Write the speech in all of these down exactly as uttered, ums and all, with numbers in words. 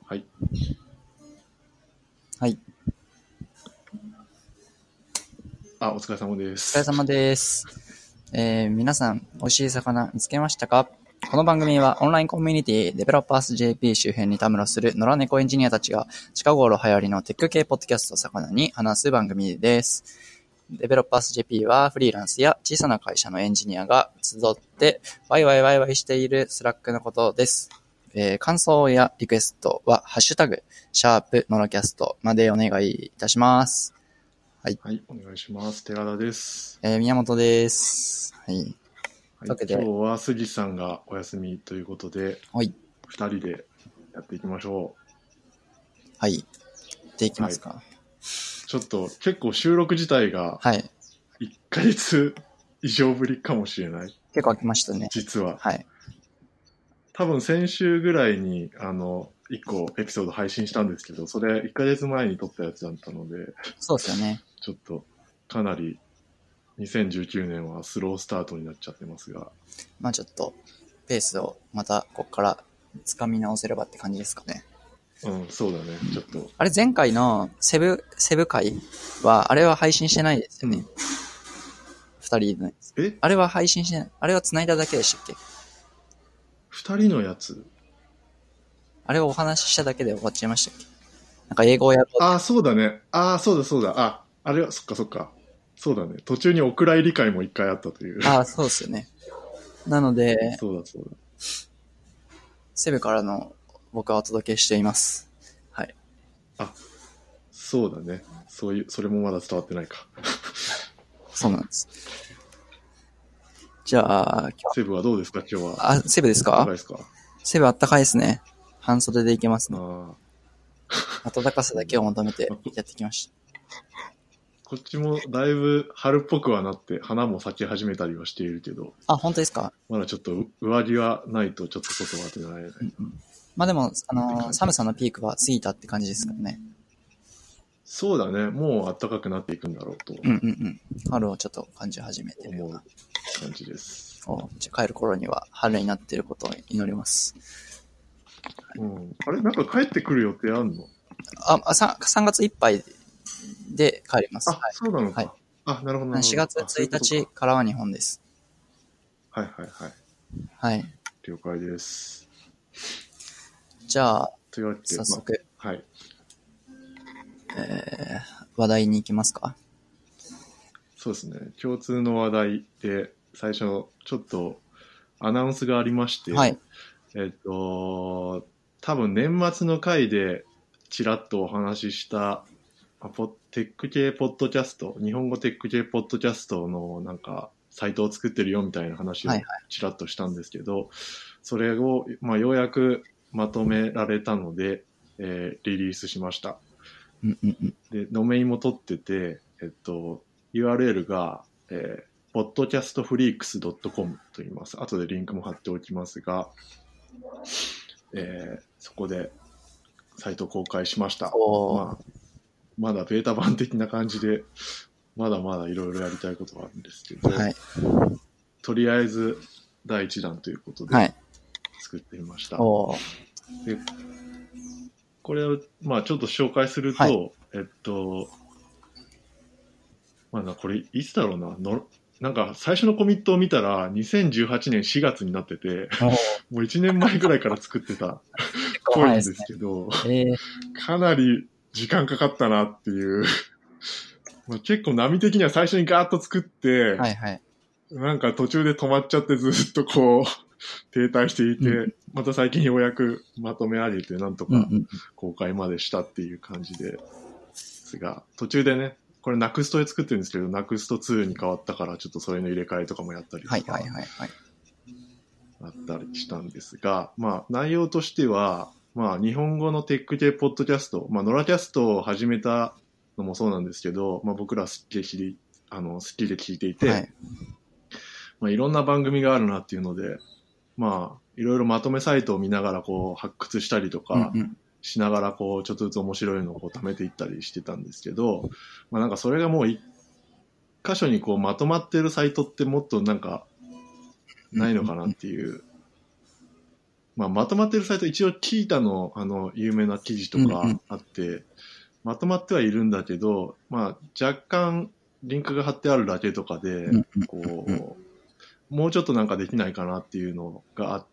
はい。 はい。 あ、お疲れ様でお疲れす。 様です。えー、皆さん、美味しい魚見つけましたか？この番組はオンラインコミュニティデベロッパーズ ジェーピー 周辺にたむろする野良猫エンジニアたちが近頃流行りのテック系ポッドキャスト魚に話す番組です。デベロッパーズ ジェーピー はフリーランスや小さな会社のエンジニアが集ってワイワイワイワイしているスラックのことです。えー、感想やリクエストはハッシュタグシャープノラキャストまでお願いいたします。はい、 はい、お願いします。寺田です。 えー、宮本です。はい。 はい、今日は杉さんがお休みということで、 はい。 ふたりでやっていきましょう。はい。やっていきますか。はい、 ちょっと結構収録自体が、はい。いっかげつ以上ぶりかもしれない。 結構空きましたね。 実は。 はい。 多分先週ぐらいに、あの、いっこエピソード配信したんですけど、それいっかげつまえに撮ったやつだったので、 そうですよね。 ちょっとかなりにせんじゅうきゅうねんはスロースタートになっちゃってますが。 まあちょっとペースをまたここから掴み直せればって感じですかね。 うん、そうだね。ちょっと。 あれ前回のセブ、セブ回は、あれは配信してないですよね。二、うん、人のやつ。 えあれは配信してない。あれは繋いだだけでしたっけ？ 二人のやつあれをお話ししただけで終わっちゃいましたっけ？なんか英語をやろう。 ああ、そうだね。ああ、そうだそうだ。あ、あれは、そっかそっか。そうだね。途中にお蔵入り会も一回あったという。 ああ、そうですよね。なので、 そうだそうだ。 セブからの僕はお届けしています。はい。 あ、そうだね。そういう、それもまだ伝わってないか。 そうなんです。じゃあ、今日セブはどうですか今日は。 あ、セブですか？ あったかいですか？ セブあったかいですね。半袖でいけますね。 あ暖かさだけを求めてやってきました。 こっちもだいぶ春っぽくはなって花も咲き始めたりはしているけど。 あ、本当ですか？ まだちょっと上着はないとちょっと外は出られない。うんうん、 まあでも、あのー、寒さのピークは過ぎたって感じですからね。 そうだね。もう暖かくなっていくんだろうと。 うんうんうん。春をちょっと感じ始めてるような思う感じです。 おじゃあ帰る頃には春になっていることを祈ります。 はい、うん、あれなんか帰ってくる予定あんの？ あ、さんがついっぱいで帰ります。 あ、はい、そうなのか。はい、あ、なるほどなるほど。 しがつついたちからは日本です。 はいはいはい。 はい。 了解です。 じゃあ、 というわけで早速、 ま、はい。 えー、話題に行きますか？ そうですね。共通の話題で、最初、ちょっとアナウンスがありまして、 はい。 えっと、多分年末の回でちらっとお話ししたテック系ポッドキャスト、日本語テック系ポッドキャストのなんかサイトを作ってるよみたいな話をちらっとしたんですけど、はいはい、それを、まあ、ようやくまとめられたので、えー、リリースしました。 うんうんうん、 で、ドメインも取ってて、えっと、ユーアールエル が、えー、ポッドキャストフリークスドットコム と言います。後でリンクも貼っておきますが、えー、そこでサイト公開しました。まあ、まだベータ版的な感じで、まだまだいろいろやりたいことがあるんですけど、はい、とりあえずだいいちだんということで作ってみました。はい、でこれを、まあ、ちょっと紹介すると、はい、えっと、まあ、これいつだろうなの、なんか最初のコミットを見たらにせんじゅうはちねんしがつになってて、もういちねんまえぐらいから作ってたっぽいんですけど、ねえー、かなり時間かかったなっていうまあ結構波的には最初にガーッと作って、はいはい、なんか途中で止まっちゃってずっとこう停滞していて、うん、また最近ようやくまとめ上げてなんとか公開までしたっていう感じですが、途中でね、これ Next で作ってるんですけど ネクストツー に変わったからちょっとそれの入れ替えとかもやったりとか、はいはいはいはい、あったりしたんですが、まあ内容としては、まあ日本語のテック系ポッドキャスト、まあノラキャストを始めたのもそうなんですけど、まあ僕ら好きで知り、あの好きで聞いていて、はい、まあいろんな番組があるなっていうので、まあいろいろまとめサイトを見ながらこう発掘したりとかしながらこうちょっとずつ面白いのをこう貯めていったりしてたんですけど、まあなんかそれがもう一箇所にこうまとまってるサイトってもっとなんかないのかなっていうまあ、まとまってるサイト、一応キータのあの有名な記事とかあって、うんうん、まとまってはいるんだけど、まあ、若干リンクが貼ってあるだけとかで、うんうん、こうもうちょっとなんかできないかなっていうのがあって、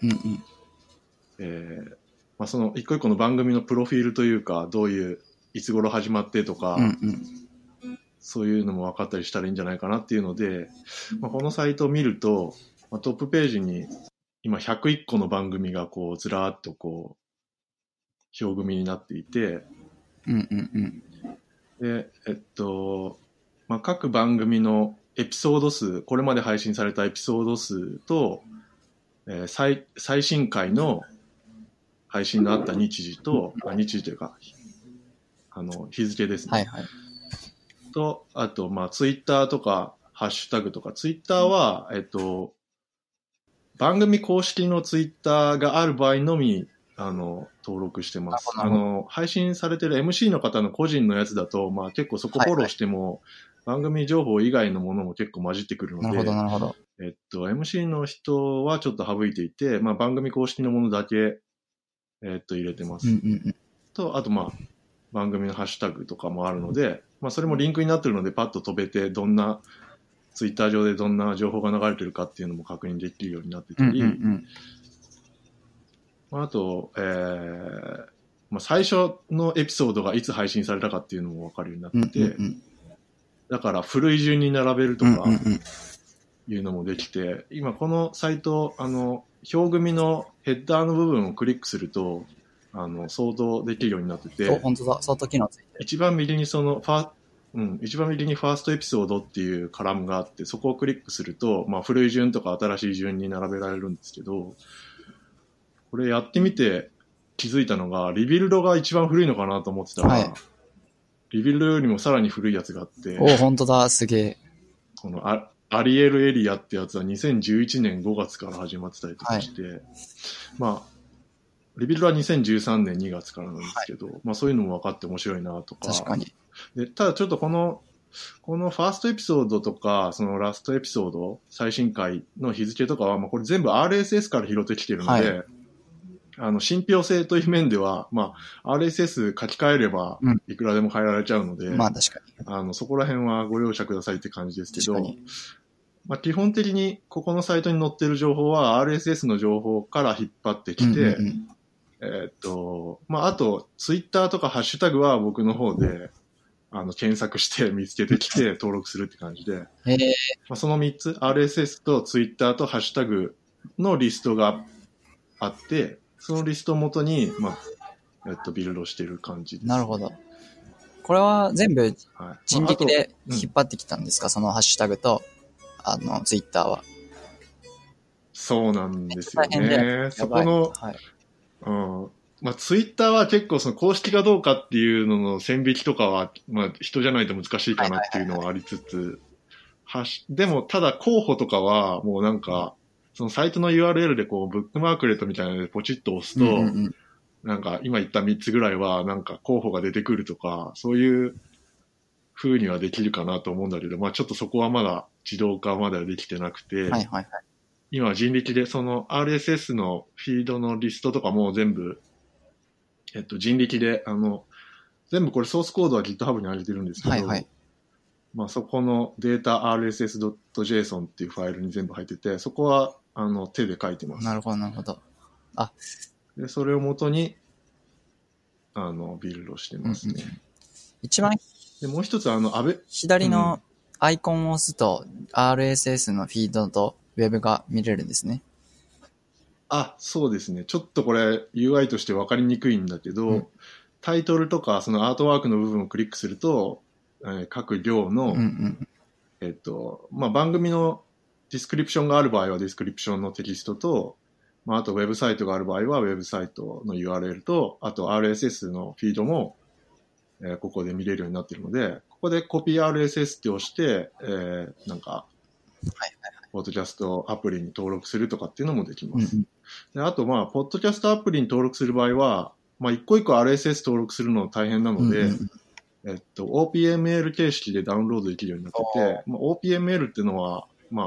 うんうん、えーまあ、その一個一個の番組のプロフィールというか、どういういつ頃始まってとか、うんうん、そういうのも分かったりしたらいいんじゃないかなっていうので、まあ、このサイトを見ると、まあ、トップページに今ひゃくいっこの番組がこうずらーっとこう表組になっていて、うんうんうん、でえっと、まあ、各番組のエピソード数、これまで配信されたエピソード数と、えー、最, 最新回の配信のあった日時と、あ日時というかあの日付ですね、はいはい、とあとまあツイッターとかハッシュタグとか、ツイッターはえっと番組公式のツイッターがある場合のみあの登録してます。あの配信されてる エムシー の方の個人のやつだと、まあ、結構そこフォローしても、はいはい、番組情報以外のものも結構混じってくるので、なるほどなるほど。えっと エムシー の人はちょっと省いていて、まあ、番組公式のものだけ、えっと入れてます。うんうんうん、とあとまあ番組のハッシュタグとかもあるので、まあ、それもリンクになってるのでパッと飛べて、どんなツイッター上でどんな情報が流れてるかっていうのも確認できるようになってたり、うんうんうん、あと、えーまあ、最初のエピソードがいつ配信されたかっていうのも分かるようになってて、うんうんうん、だから古い順に並べるとかいうのもできて、うんうんうん、今このサイト、あの表組のヘッダーの部分をクリックするとあの相当できるようになってて、 お本当だ、相当機能ついてる。 一番右にそのファうん、一番右にファーストエピソードっていうカラムがあって、そこをクリックすると、まあ、古い順とか新しい順に並べられるんですけど、これやってみて気づいたのが、リビルドが一番古いのかなと思ってたら、はい、リビルドよりもさらに古いやつがあって、 お本当だ、すげえ。 この ア, アリエルエリアってやつはにせんじゅういちねんごがつから始まってたりとかして、はい、まあリビルドはにせんじゅうさんねんにがつからなんですけど、はい、まあそういうのも分かって面白いなとか。 確かに。 でただちょっとこのこのファーストエピソードとかそのラストエピソード最新回の日付とかは、まあ、これ全部 アールエスエス から拾ってきてるので、はい、あの信憑性という面では、まあ、アールエスエス 書き換えればいくらでも変えられちゃうので、うん、 まあ確かにあのそこら辺はご容赦くださいって感じですけど、まあ、基本的にここのサイトに載ってる情報は アールエスエス の情報から引っ張ってきて、うんうんうんえーっと、まあ、あと、ツイッターとかハッシュタグは僕の方で、あの、検索して見つけてきて登録するって感じで、 へーまあ、そのみっつ、アールエスエス とツイッターとハッシュタグのリストがあって、そのリストをもとに、まあ、えっと、ビルドしてる感じです。 なるほど。これは全部人力で引っ張ってきたんですか、はいまあうん、そのハッシュタグと、あの、ツイッターは。 そうなんですよね。そこの、はいうんまあ、ツイッターは結構その公式かどうかっていうのの線引きとかは、まあ、人じゃないと難しいかなっていうのはありつつ、はしでもただ候補とかはもうなんか、そのサイトの ユーアールエル でこうブックマークレットみたいなのでポチッと押すと、うんうんうん、なんか今言ったみっつぐらいはなんか候補が出てくるとか、そういう風にはできるかなと思うんだけど、まあちょっとそこはまだ自動化まではできてなくて、はいはいはい、今人力でその アールエスエス のフィードのリストとかも全部えっと、人力で、あの、全部これソースコードは GitHub に上げてるんですけど、はいはい、まあそこのデータ アールエスエスドットジェイソン っていうファイルに全部入ってて、そこは、あの、手で書いてます。 なるほど、なるほど。あ。 で、それをもとに、あの、ビルドしてますね。うんうん、 一番、 で、もう一つ、あの、安倍。 左のアイコンを押すと、うん、アールエスエス のフィードとウェブが見れるんですね。 あ、そうですね。ちょっとこれ ユーアイ として分かりにくいんだけど、うん、タイトルとかそのアートワークの部分をクリックすると、えー、各行の、うんうん、えっと、まあ、番組のディスクリプションがある場合はディスクリプションのテキストと、まあ、あとウェブサイトがある場合はウェブサイトの ユーアールエル と、あと アールエスエス のフィードも、えー、ここで見れるようになっているので、ここでコピー アールエスエス って押して、えー、なんか、はいはいはい、ポッドキャストアプリに登録するとかっていうのもできます。うんうんであと、まあ、ポッドキャストアプリに登録する場合は、まあ、一個一個 アールエスエス 登録するの大変なので、うんうんえっと、オーピーエムエル 形式でダウンロードできるようになってて、まあ、オーピーエムエル っていうのは、まあ、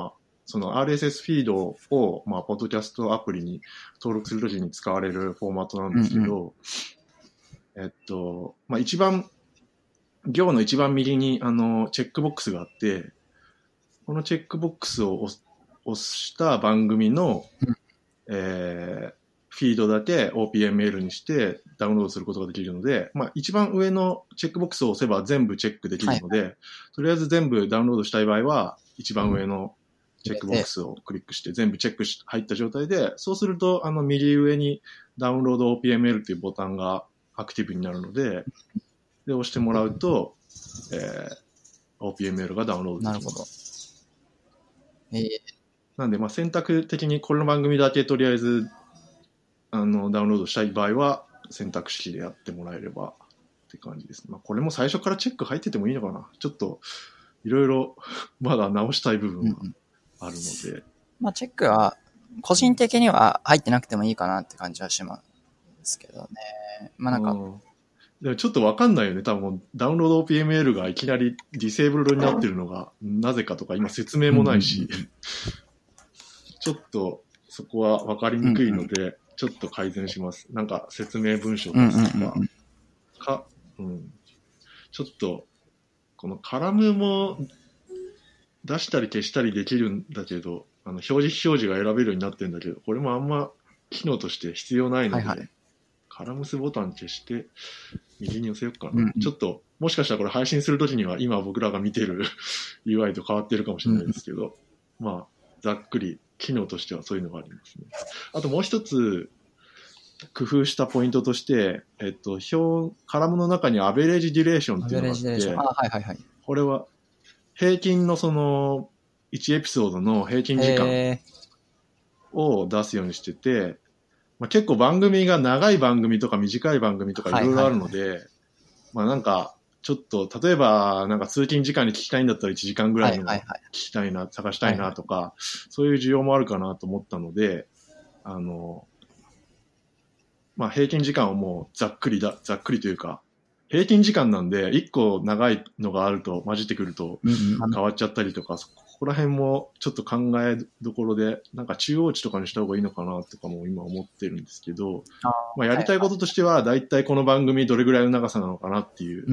その アールエスエス フィードを、まあ、ポッドキャストアプリに登録するときに使われるフォーマットなんですけど、うんうん、えっと、まあ、一番、行の一番右に、あの、チェックボックスがあって、このチェックボックスを押す押した番組の、うんえー、フィードだけ オーピーエムエル にしてダウンロードすることができるので、まあ、一番上のチェックボックスを押せば全部チェックできるので、はい、とりあえず全部ダウンロードしたい場合は、一番上のチェックボックスをクリックして全部チェックし入った状態で、そうすると、あの、右上にダウンロード オーピーエムエル というボタンがアクティブになるので、で、押してもらうと、えー、オーピーエムエル がダウンロードできます。なるほど。えー、なんで、まあ、選択的にこの番組だけとりあえず、あの、ダウンロードしたい場合は、選択式でやってもらえればって感じです。まあ、これも最初からチェック入っててもいいのかな。ちょっと、いろいろ、まだ直したい部分はあるので。うんうん、 まあ、チェックは、個人的には入ってなくてもいいかなって感じはしますけどね。まあ、なんか、 でもちょっとわかんないよね。多分、ダウンロード オーピーエムエル がいきなりディセーブルドになってるのが、なぜかとか今説明もないし、うんうんうん、ちょっとそこはわかりにくいので、うんうん、ちょっと改善します。なんか説明文章とか、うんうんうん、か、うん。ちょっと、このカラムも出したり消したりできるんだけど、あの表示非表示が選べるようになってるんだけど、これもあんま機能として必要ないので、はいはい、カラムスボタン消して、右に寄せようかな、うんうん。ちょっと、もしかしたらこれ配信するときには今僕らが見てるユーアイ と変わってるかもしれないですけど、うん、まあ、ざっくり、機能としてはそういうのがありますね。あともう一つ、工夫したポイントとして、えっと、表、カラムの中にアベレージデュレーションっていうのがあって、あ、はいはいはい。これは、平均のその、いちエピソードの平均時間を出すようにしてて、まあ、結構番組が長い番組とか短い番組とかいろいろあるので、はいはいはい、まあなんか、ちょっと、例えば、なんか通勤時間に聞きたいんだったらいちじかんぐらいの聞きたいな、はいはいはい、探したいなとか、はいはい、そういう需要もあるかなと思ったので、あの、まあ平均時間をもうざっくりだ、ざっくりというか、平均時間なんで、いっこ長いのがあると混じってくると変わっちゃったりとか、うんうん、ここら辺もちょっと考えどころで、なんか中央値とかにした方がいいのかなとかも今思ってるんですけど、あまあやりたいこととしては、だいたいこの番組どれぐらいの長さなのかなっていう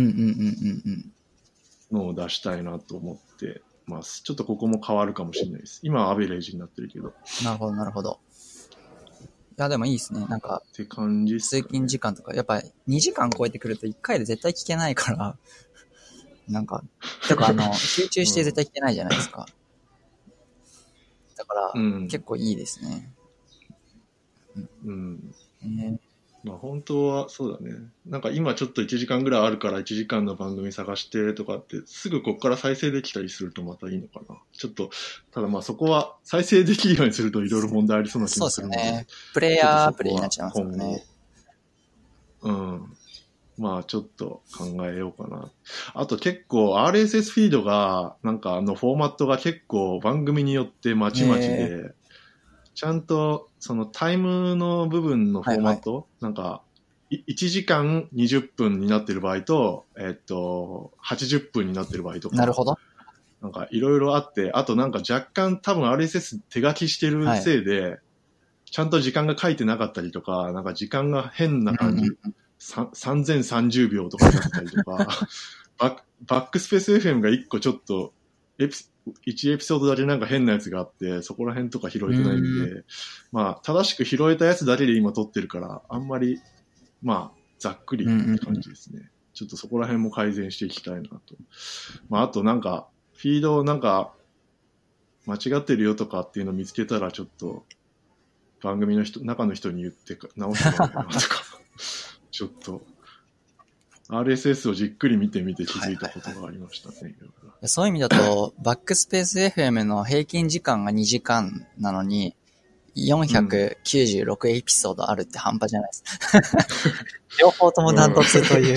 のを出したいなと思ってます。ちょっとここも変わるかもしれないです。今はアベレージになってるけど。 なるほど、なるほど。いや、でもいいですね。なんか、 って感じっすかね、 通勤時間とか、やっぱりにじかん超えてくるといっかいで絶対聞けないから、なんか、とかあの、集中して絶対聞けないじゃないですか。うん、だから、うん、結構いいですね。 うん。えー、まあ本当はそうだね。なんか今ちょっといちじかんぐらいあるからいちじかんの番組探してとかって、すぐこっから再生できたりするとまたいいのかな。ちょっと、ただまあそこは再生できるようにするといろいろ問題ありそうな気もするので。そうですね。 プレイヤーアプリになっちゃいますもんね。 うん。まあちょっと考えようかな。あと結構 アールエスエス フィードが、なんかあのフォーマットが結構番組によってまちまちで、ちゃんとそのタイムの部分のフォーマット、はいはい、なんかいちじかんにじゅっぷんになってる場合と、えっと、はちじゅっぷんになってる場合とか。 なるほど。 なんかいろいろあって、あとなんか若干多分 アールエスエス 手書きしてるせいで、はい、ちゃんと時間が書いてなかったりとか、なんか時間が変な感じ。うんうんさんぜんさんじゅうびょうとかになったりとか、バック、バックスペース エフエム がいっこちょっと、エピ、いちエピソードだけなんか変なやつがあって、そこら辺とか拾えてないんで、まあ、正しく拾えたやつだけで今撮ってるから、あんまり、まあ、ざっくりって感じですね。ちょっとそこら辺も改善していきたいなと。まあ、あとなんか、フィードなんか、間違ってるよとかっていうのを見つけたら、ちょっと、番組の人、中の人に言って直してもらおうかなとか。ちょっと アールエスエス をじっくり見てみて気づいたことがありましたね。はいはいはい、 そういう意味だとバックスペース エフエム の平均時間がにじかんなのによんひゃくきゅうじゅうろくエピソードあるって半端じゃないです。両方ともダントツという、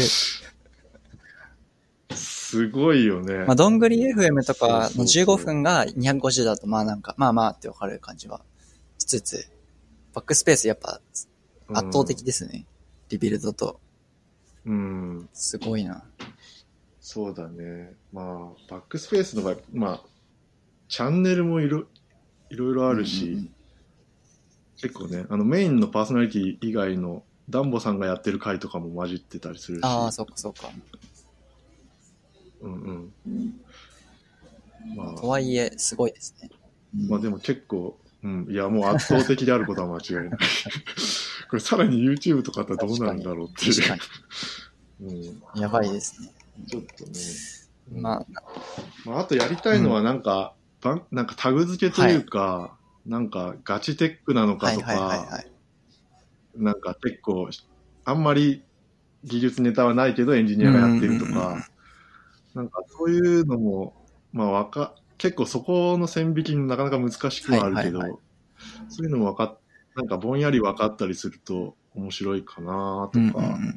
うん、すごいよね。 まあどんぐり エフエム とかのじゅうごふんがにひゃくごじゅうだとまあなんかまあまあってわかる感じはしつつ、バックスペースやっぱ圧倒的ですね。うんリビルドと。 うん。 すごいな。 そうだね。まあ、バックスペースの場合、まあ、チャンネルもいろ、 いろいろあるし、 うんうんうん、 結構ね、あのメインのパーソナリティ以外のダンボさんがやってる回とかも混じってたりするし。 ああ、そうかそうか。 うんうん。 まあ、とはいえ、すごいですね。 うん、まあでも結構、うん、いやもう圧倒的であることは間違いない。これさらに YouTube とかだったらどうなるんだろうっていう。 確かに。うん、やばいですね。 ちょっとね。 まあ、 まあ、あとやりたいのはなんか、うん、なんかタグ付けというか、はい、なんかガチテックなのかとか、はいはいはいはい、なんか結構、あんまり技術ネタはないけどエンジニアがやってるとか、なんかそういうのも、まあわか、結構そこの線引きなかなか難しくはあるけど、はいはいはい、そういうのもわかっ、なんかぼんやり分かったりすると面白いかなとか、うんうんうん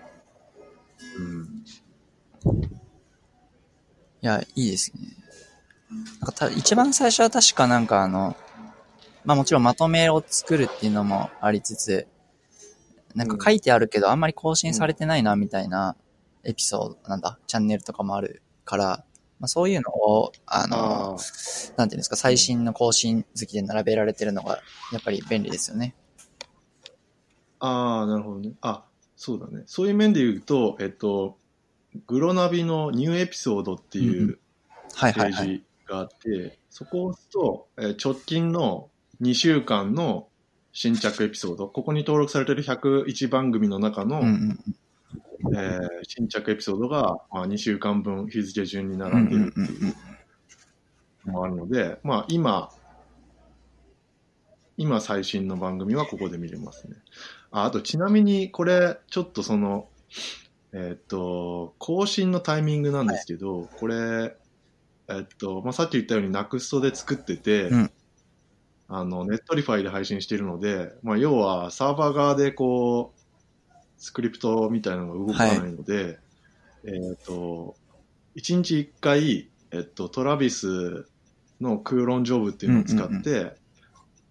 うん、いや、いいですね。なんかた一番最初は確かなんかあの、まあもちろんまとめを作るっていうのもありつつ、なんか書いてあるけどあんまり更新されてないなみたいなエピソード、なんだ、チャンネルとかもあるから、まあそういうのを、あの、あなんていうんですか、最新の更新好きで並べられてるのがやっぱり便利ですよね。 ああ、なるほどね。あ、そうだね。そういう面で言うと、えっと、グロナビのニューエピソードっていうページがあって、そこを押すと、えー、直近のにしゅうかんの新着エピソード、ここに登録されているひゃくいちばん組の中の、うんうんえー、新着エピソードが、まあ、にしゅうかんぶん日付順に並んでるっていうのもあるので、まあ今、今最新の番組はここで見れますね。あ、あとちなみにこれちょっとその、えっと、更新のタイミングなんですけど、はい、これ、えっと、まあ、さっき言ったように Next で作ってて、うん、あの、ネットリファイで配信しているので、まあ、要はサーバー側でこう、スクリプトみたいなのが動かないので、はい、えっと、いちにちいっかい、えっと、トラビスのクーロンジョブっていうのを使って、うんうんうん、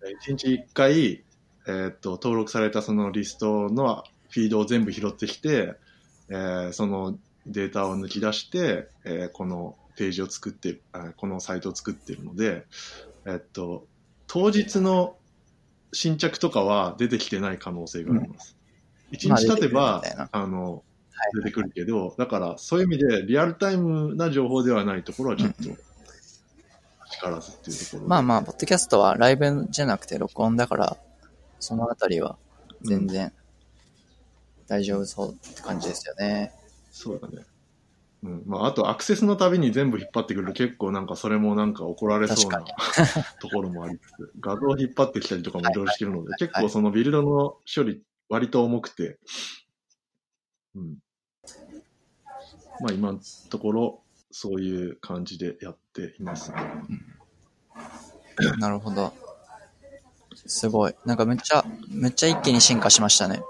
いちにちいっかい、えっと、登録されたそのリストのフィードを全部拾ってきて、えー、そのデータを抜き出して、えー、このページを作って、このサイトを作っているので、えっと、当日の新着とかは出てきてない可能性があります。いちにち経てば、あの、出てくるけど、だからそういう意味でリアルタイムな情報ではないところはちょっと力ずっていうところ、うん、 まあまあ、ポッドキャストはライブじゃなくて録音だから、そのあたりは全然大丈夫そうって感じですよね。 うん、そうだね。うん、まあ、あとアクセスのたびに全部引っ張ってくると結構なんかそれもなんか怒られそうなところもありつつ、画像を引っ張ってきたりとかもいろいろしてるので、結構そのビルドの処理割と重くて、うん。まあ今のところそういう感じでやっていますね。 うん、なるほど。すごい。なんかめっちゃ、めっちゃ一気に進化しましたね。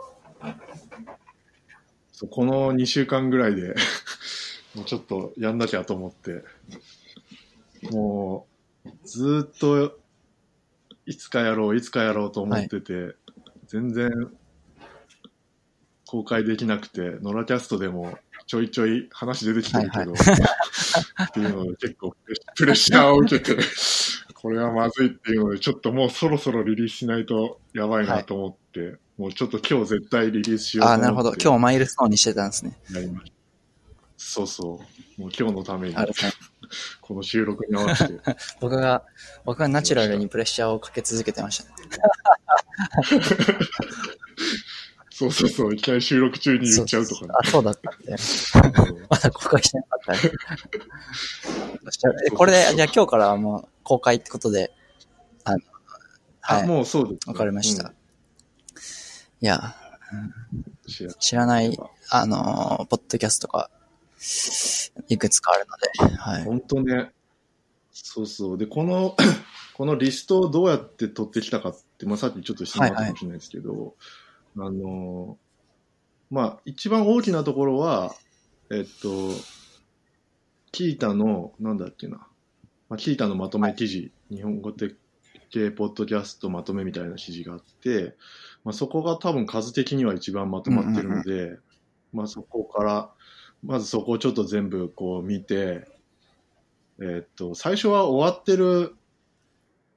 そうこのにしゅうかんぐらいでもうちょっとやんなきゃと思って、もうずっといつかやろう、いつかやろうと思ってて、はい、全然公開できなくて、ノラキャストでもちょいちょい話出てきてるけど、はいはい、っていうので結構プレッシャーを受けて、これはまずいっていうので、ちょっともうそろそろリリースしないとやばいなと思って、はい、もうちょっと今日絶対リリースしようと思って。 あ、なるほど。今日マイルストーンにしてたんですね。 やりました。そうそう。もう今日のために、この収録に合わせて。 僕が、僕がナチュラルにプレッシャーをかけ続けてましたね。 そうそうそう。いきなり収録中に言っちゃうとかね。 あ、そうだったんで。まだ公開してなかったね。これで、じゃあ今日からはもう公開ってことで。 あの、はい、あ、もうそうです、 ね。わかりました。うん、いや、うん、知らない、あの、ポッドキャストがいくつかあるので。はい。 本当ね。そうそう。で、この、このリストをどうやって取ってきたかって、まあ、さっきちょっと質問あったかもしれないですけど、はいはいあの、まあ、一番大きなところは、えっと、キータの、なんだっけな、まあ、キータのまとめ記事、日本語的系ポッドキャストまとめみたいな記事があって、まあ、そこが多分数的には一番まとまってるので、うんうんうん、まあ、そこから、まずそこをちょっと全部こう見て、えっと、最初は終わってる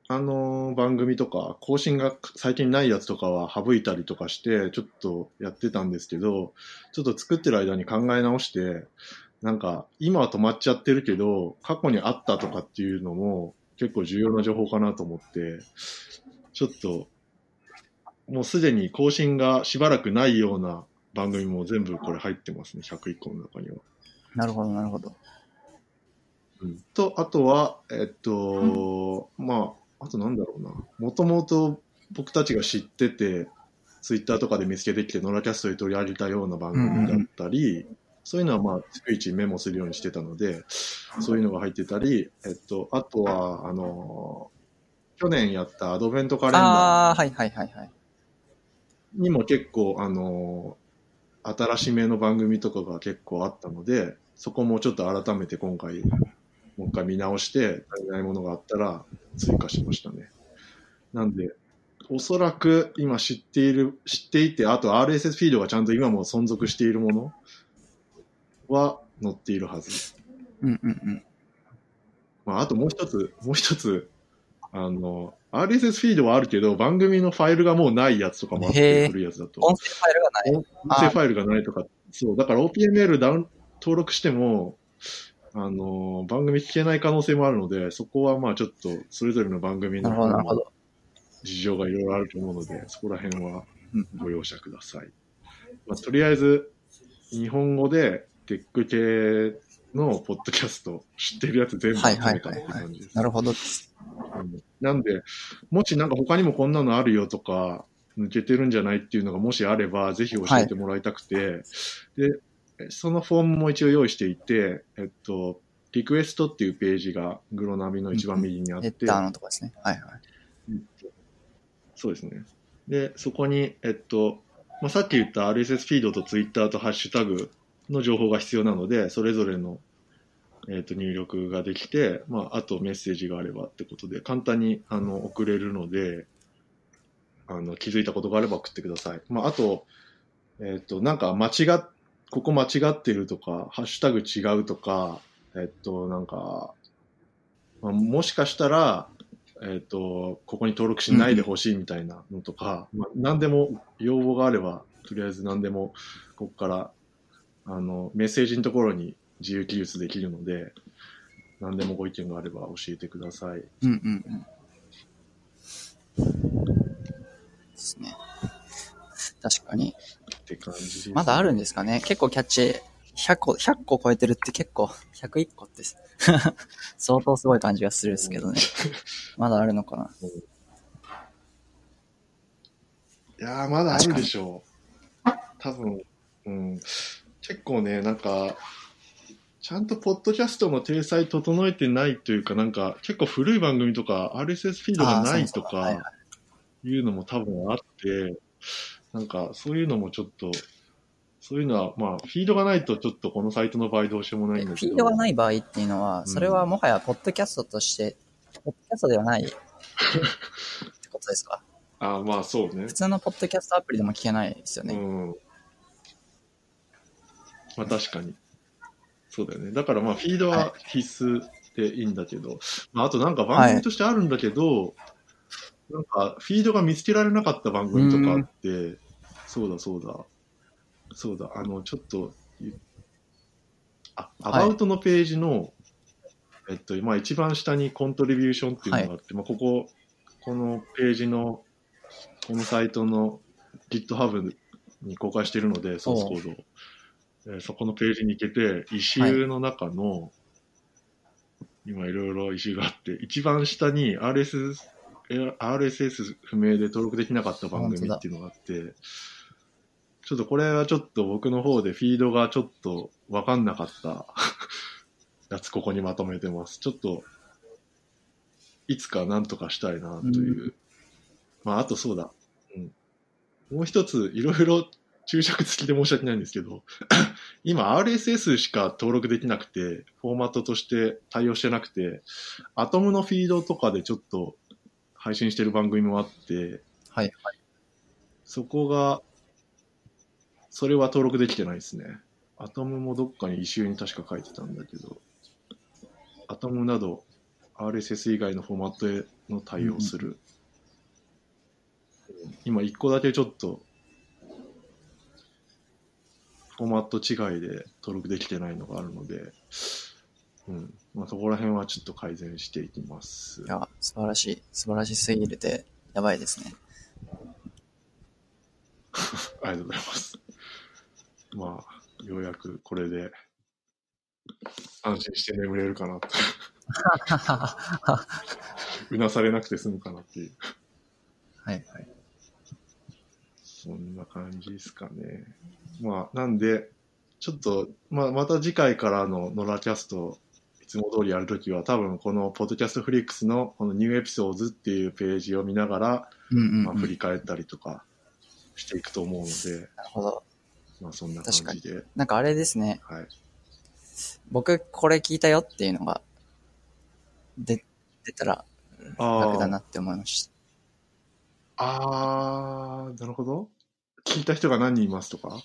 あのー番組とか、更新が最近ないやつとかは省いたりとかして、ちょっとやってたんですけど、ちょっと作ってる間に考え直して、なんか、今は止まっちゃってるけど、過去にあったとかっていうのも結構重要な情報かなと思って、ちょっと、もうすでに更新がしばらくないような番組も全部これ入ってますね、ひゃくいっこの中には。 なるほど、なるほど。 うん、と、あとは、えっと、うん、まあ、あとなんだろうな。もともと僕たちが知ってて、ツイッターとかで見つけてきて、ノラキャストで取り上げたような番組だったり、うんうんうん、そういうのはまあ、逐一メモするようにしてたので、そういうのが入ってたり、えっと、あとは、あの、去年やったアドベントカレンダー。 ああ、はいはいはいはい。 にも結構、あの、新しめの番組とかが結構あったので、そこもちょっと改めて今回、もう一回見直して足りないものがあったら追加しましたね。なんで、おそらく今知っている、知っていて、あと アールエスエス フィードがちゃんと今も存続しているものは載っているはず。 うんうんうん。 まあ、あともう一つ、もう一つ、あの、アールエスエス フィードはあるけど、番組のファイルがもうないやつとかもあって、古いやつだと。 音声ファイルがない。 音声ファイルがないとか、そう、だから オーピーエムエル ダウン登録しても、あの、番組聞けない可能性もあるので、そこはまあちょっと、それぞれの番組の事情がいろいろあると思うので、そこら辺はご容赦ください。まあ、とりあえず、日本語でテック系のポッドキャスト知ってるやつ全部集めたっていう感じです。 なるほど。 うん、なんで、もしなんか他にもこんなのあるよとか、抜けてるんじゃないっていうのがもしあれば、ぜひ教えてもらいたくて、はい、で、そのフォームも一応用意していて、えっと、リクエストっていうページがグロナビの一番右にあって、 ヘッダーのとこですね。はいはい。 うん、そうですね。で、そこに、えっと、まあ、さっき言った アールエスエス フィードとツイッターとハッシュタグの情報が必要なので、それぞれの、えっと、入力ができて、まあ、あとメッセージがあればってことで、簡単にあの送れるので、あの気づいたことがあれば送ってください。まあ、あと、えっと、なんか間違っ、ここ間違ってるとか、ハッシュタグ違うとか、えっと、なんか、まあ、もしかしたら、えっと、ここに登録しないでほしいみたいなのとか、うんうん、まあ、何でも要望があれば、とりあえず何でも、ここから、あの、メッセージのところに自由記述できるので、何でもご意見があれば教えてください。 うんうんうん。ですね。確かに。 って感じですね。 まだあるんですかね。結構キャッチひゃっこ、ひゃっこ超えてるって結構、ひゃくいっこって相当すごい感じがするんですけどね。まだあるのかな。 いやー、まだあるでしょう。多分、うん。結構ね、なんか、ちゃんとポッドキャストの体裁整えてないというか、なんか、結構古い番組とか、アールエスエス フィードがないとか、いうのも多分あって、なんか、そういうのもちょっと、そういうのは、まあ、フィードがないとちょっとこのサイトの場合どうしようもないんだけど。 フィードがない場合っていうのは、それはもはやポッドキャストとして、うん、ポッドキャストではないってことですか？ ああ、まあそうね。 普通のポッドキャストアプリでも聞けないですよね。 うん。まあ確かに。そうだよね。だからまあフィードは必須でいいんだけど、はい、まああとなんか番組としてあるんだけど、はい、なんかフィードが見つけられなかった番組とかあって、そうだそうだ。そうだ、あの、ちょっと、あ、アバウトのページの、えっと、まあ一番下にコントリビューションっていうのがあって、はい、まあここ、このページの、このサイトの GitHub に公開しているので、ソースコードを。えー、そこのページに行けて、イシューの中の、はい、今いろいろイシューがあって、一番下に アールエスエス、アールエスエス 不明で登録できなかった番組っていうのがあって、ちょっとこれはちょっと僕の方でフィードがちょっとわかんなかったやつここにまとめてます。ちょっと、いつかなんとかしたいなという。うん、まああとそうだ。うん、もう一ついろいろ注釈付きで申し訳ないんですけど、今 アールエスエス しか登録できなくて、フォーマットとして対応してなくて、アトムのフィードとかでちょっと配信してる番組もあって、 はいはい。 そこが、それは登録できてないですね。アトムもどっかにイシューに確か書いてたんだけど、アトムなどアールエスエス 以外のフォーマットへの対応する。うん、今いっこだけちょっとフォーマット違いで登録できてないのがあるので、うんまあ、そこら辺はちょっと改善していきます。 いや、素晴らしい。素晴らしすぎてやばいですね。 ありがとうございます。まあ、ようやくこれで安心して眠れるかなと。うなされなくて済むかなっていう。 はいはい。 そんな感じですかね。まあ、なんで、ちょっと、まあ、また次回からのノラキャスト、いつも通りやるときは、多分このポッドキャストフリックスのこのニューエピソードっていうページを見ながら、 うんうんうんまあ、振り返ったりとかしていくと思うので、 なるほど。 まあ、そんな感じで。 確かに。なんかあれですね。 はい。僕、 これ聞いたよっていうのが、で、出たら楽だなって思いました。 あー、なるほど。聞いた人が何人いますとか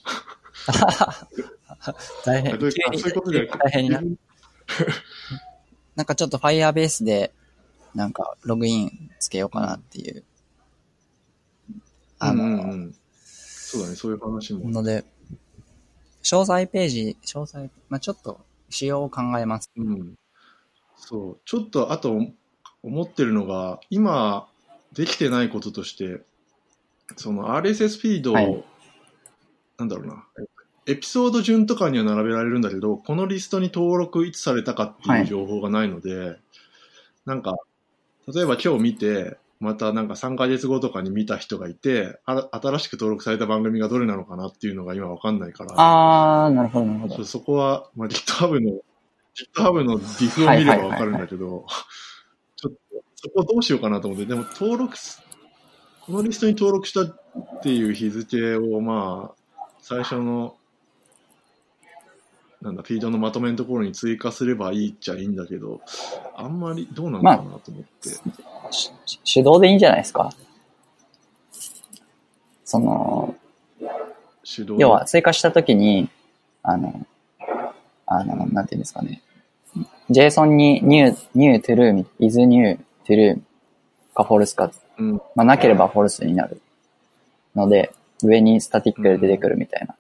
大変。 そういうことじゃなくて。 大変になる。なんかちょっと Firebase で、なんかログインつけようかなっていう。 うん、あの、うんうんうん、そうだね、そういう話も。 ので、詳細ページ、詳細、まあちょっと仕様を考えます。 うん。そう、ちょっとあと思ってるのが、今できてないこととして、その アールエスエス フィードを、はい、なんだろうな、エピソード順とかには並べられるんだけど、このリストに登録いつされたかっていう情報がないので、はい、なんか、例えば今日見て、またなんかさんかげつごとかに見た人がいて、あ新しく登録された番組がどれなのかなっていうのが今わかんないから。 あー、なるほど、なるほど。 そ, そこは、まあ、GitHub の、GitHub の ディフ を見ればわかるんだけど、ちょっと、そこどうしようかなと思って、でも登録、このリストに登録したっていう日付を、まあ、最初の、なんだ、フィードのまとめのところに追加すればいいっちゃいいんだけど、あんまりどうなのかなと思って。 まあ、手動でいいんじゃないですか。その、手動要は追加したときに、あの、あの、なんていうんですかね。JSON に new, new, true, is new, true か false か、うん、まあなければ false になるので、上にスタティックで出てくるみたいな。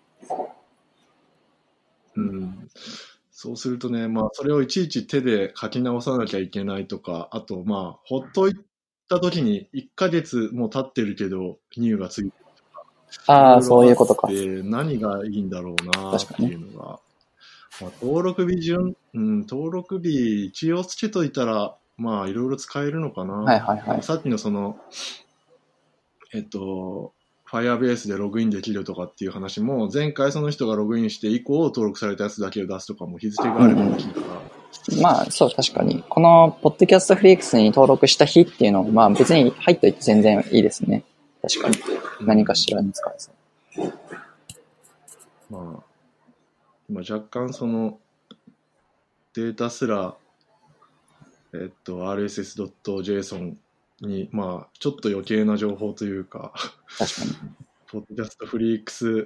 うん。うん、そうするとね、まあそれをいちいち手で書き直さなきゃいけないとか、あとまあ、ほっといたときにいっかげつもう経ってるけど、new がついてるとか。 ああ、そういうことか。 何がいいんだろうなっていうのが。まあ、登録日順、うん、登録日一応つけといたら、まあ、いろいろ使えるのかな。 はいはいはい。 さっきのその、えっと、Firebase でログインできるとかっていう話も、前回その人がログインして以降登録されたやつだけを出すとかも日付があればできるから。 うんうん、まあ、そう、確かに。この、ポッドキャストフリークスに登録した日っていうのも、まあ別に入っといて全然いいですね。確かに。何かしらに使えそう。 まあ、今若干そのデータすら、えっと、アールエスエスドットジェイソン に、まあ、ちょっと余計な情報というか、 確かに。 ポッドキャストフリークス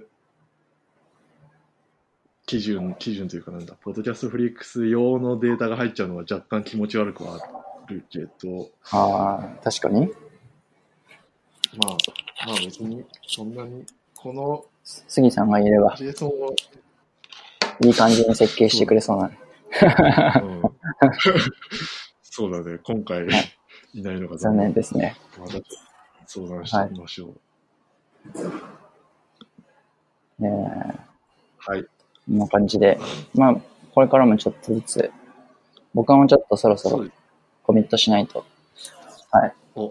基準、基準というかなんだ、ポッドキャストフリークス用のデータが入っちゃうのは若干気持ち悪くはあるけど、 ああ、確かに。 まあ、まあ別に、そんなに、この、 杉さんがいれば、 JSON をいい感じに設計してくれそうな。 うん、そうだね、今回いないのが残念ですね。 また相談してみましょう。 はい、ねえ。 はい。 こんな感じで、まあ、これからもちょっとずつ、僕もちょっとそろそろコミットしないと。はい。 お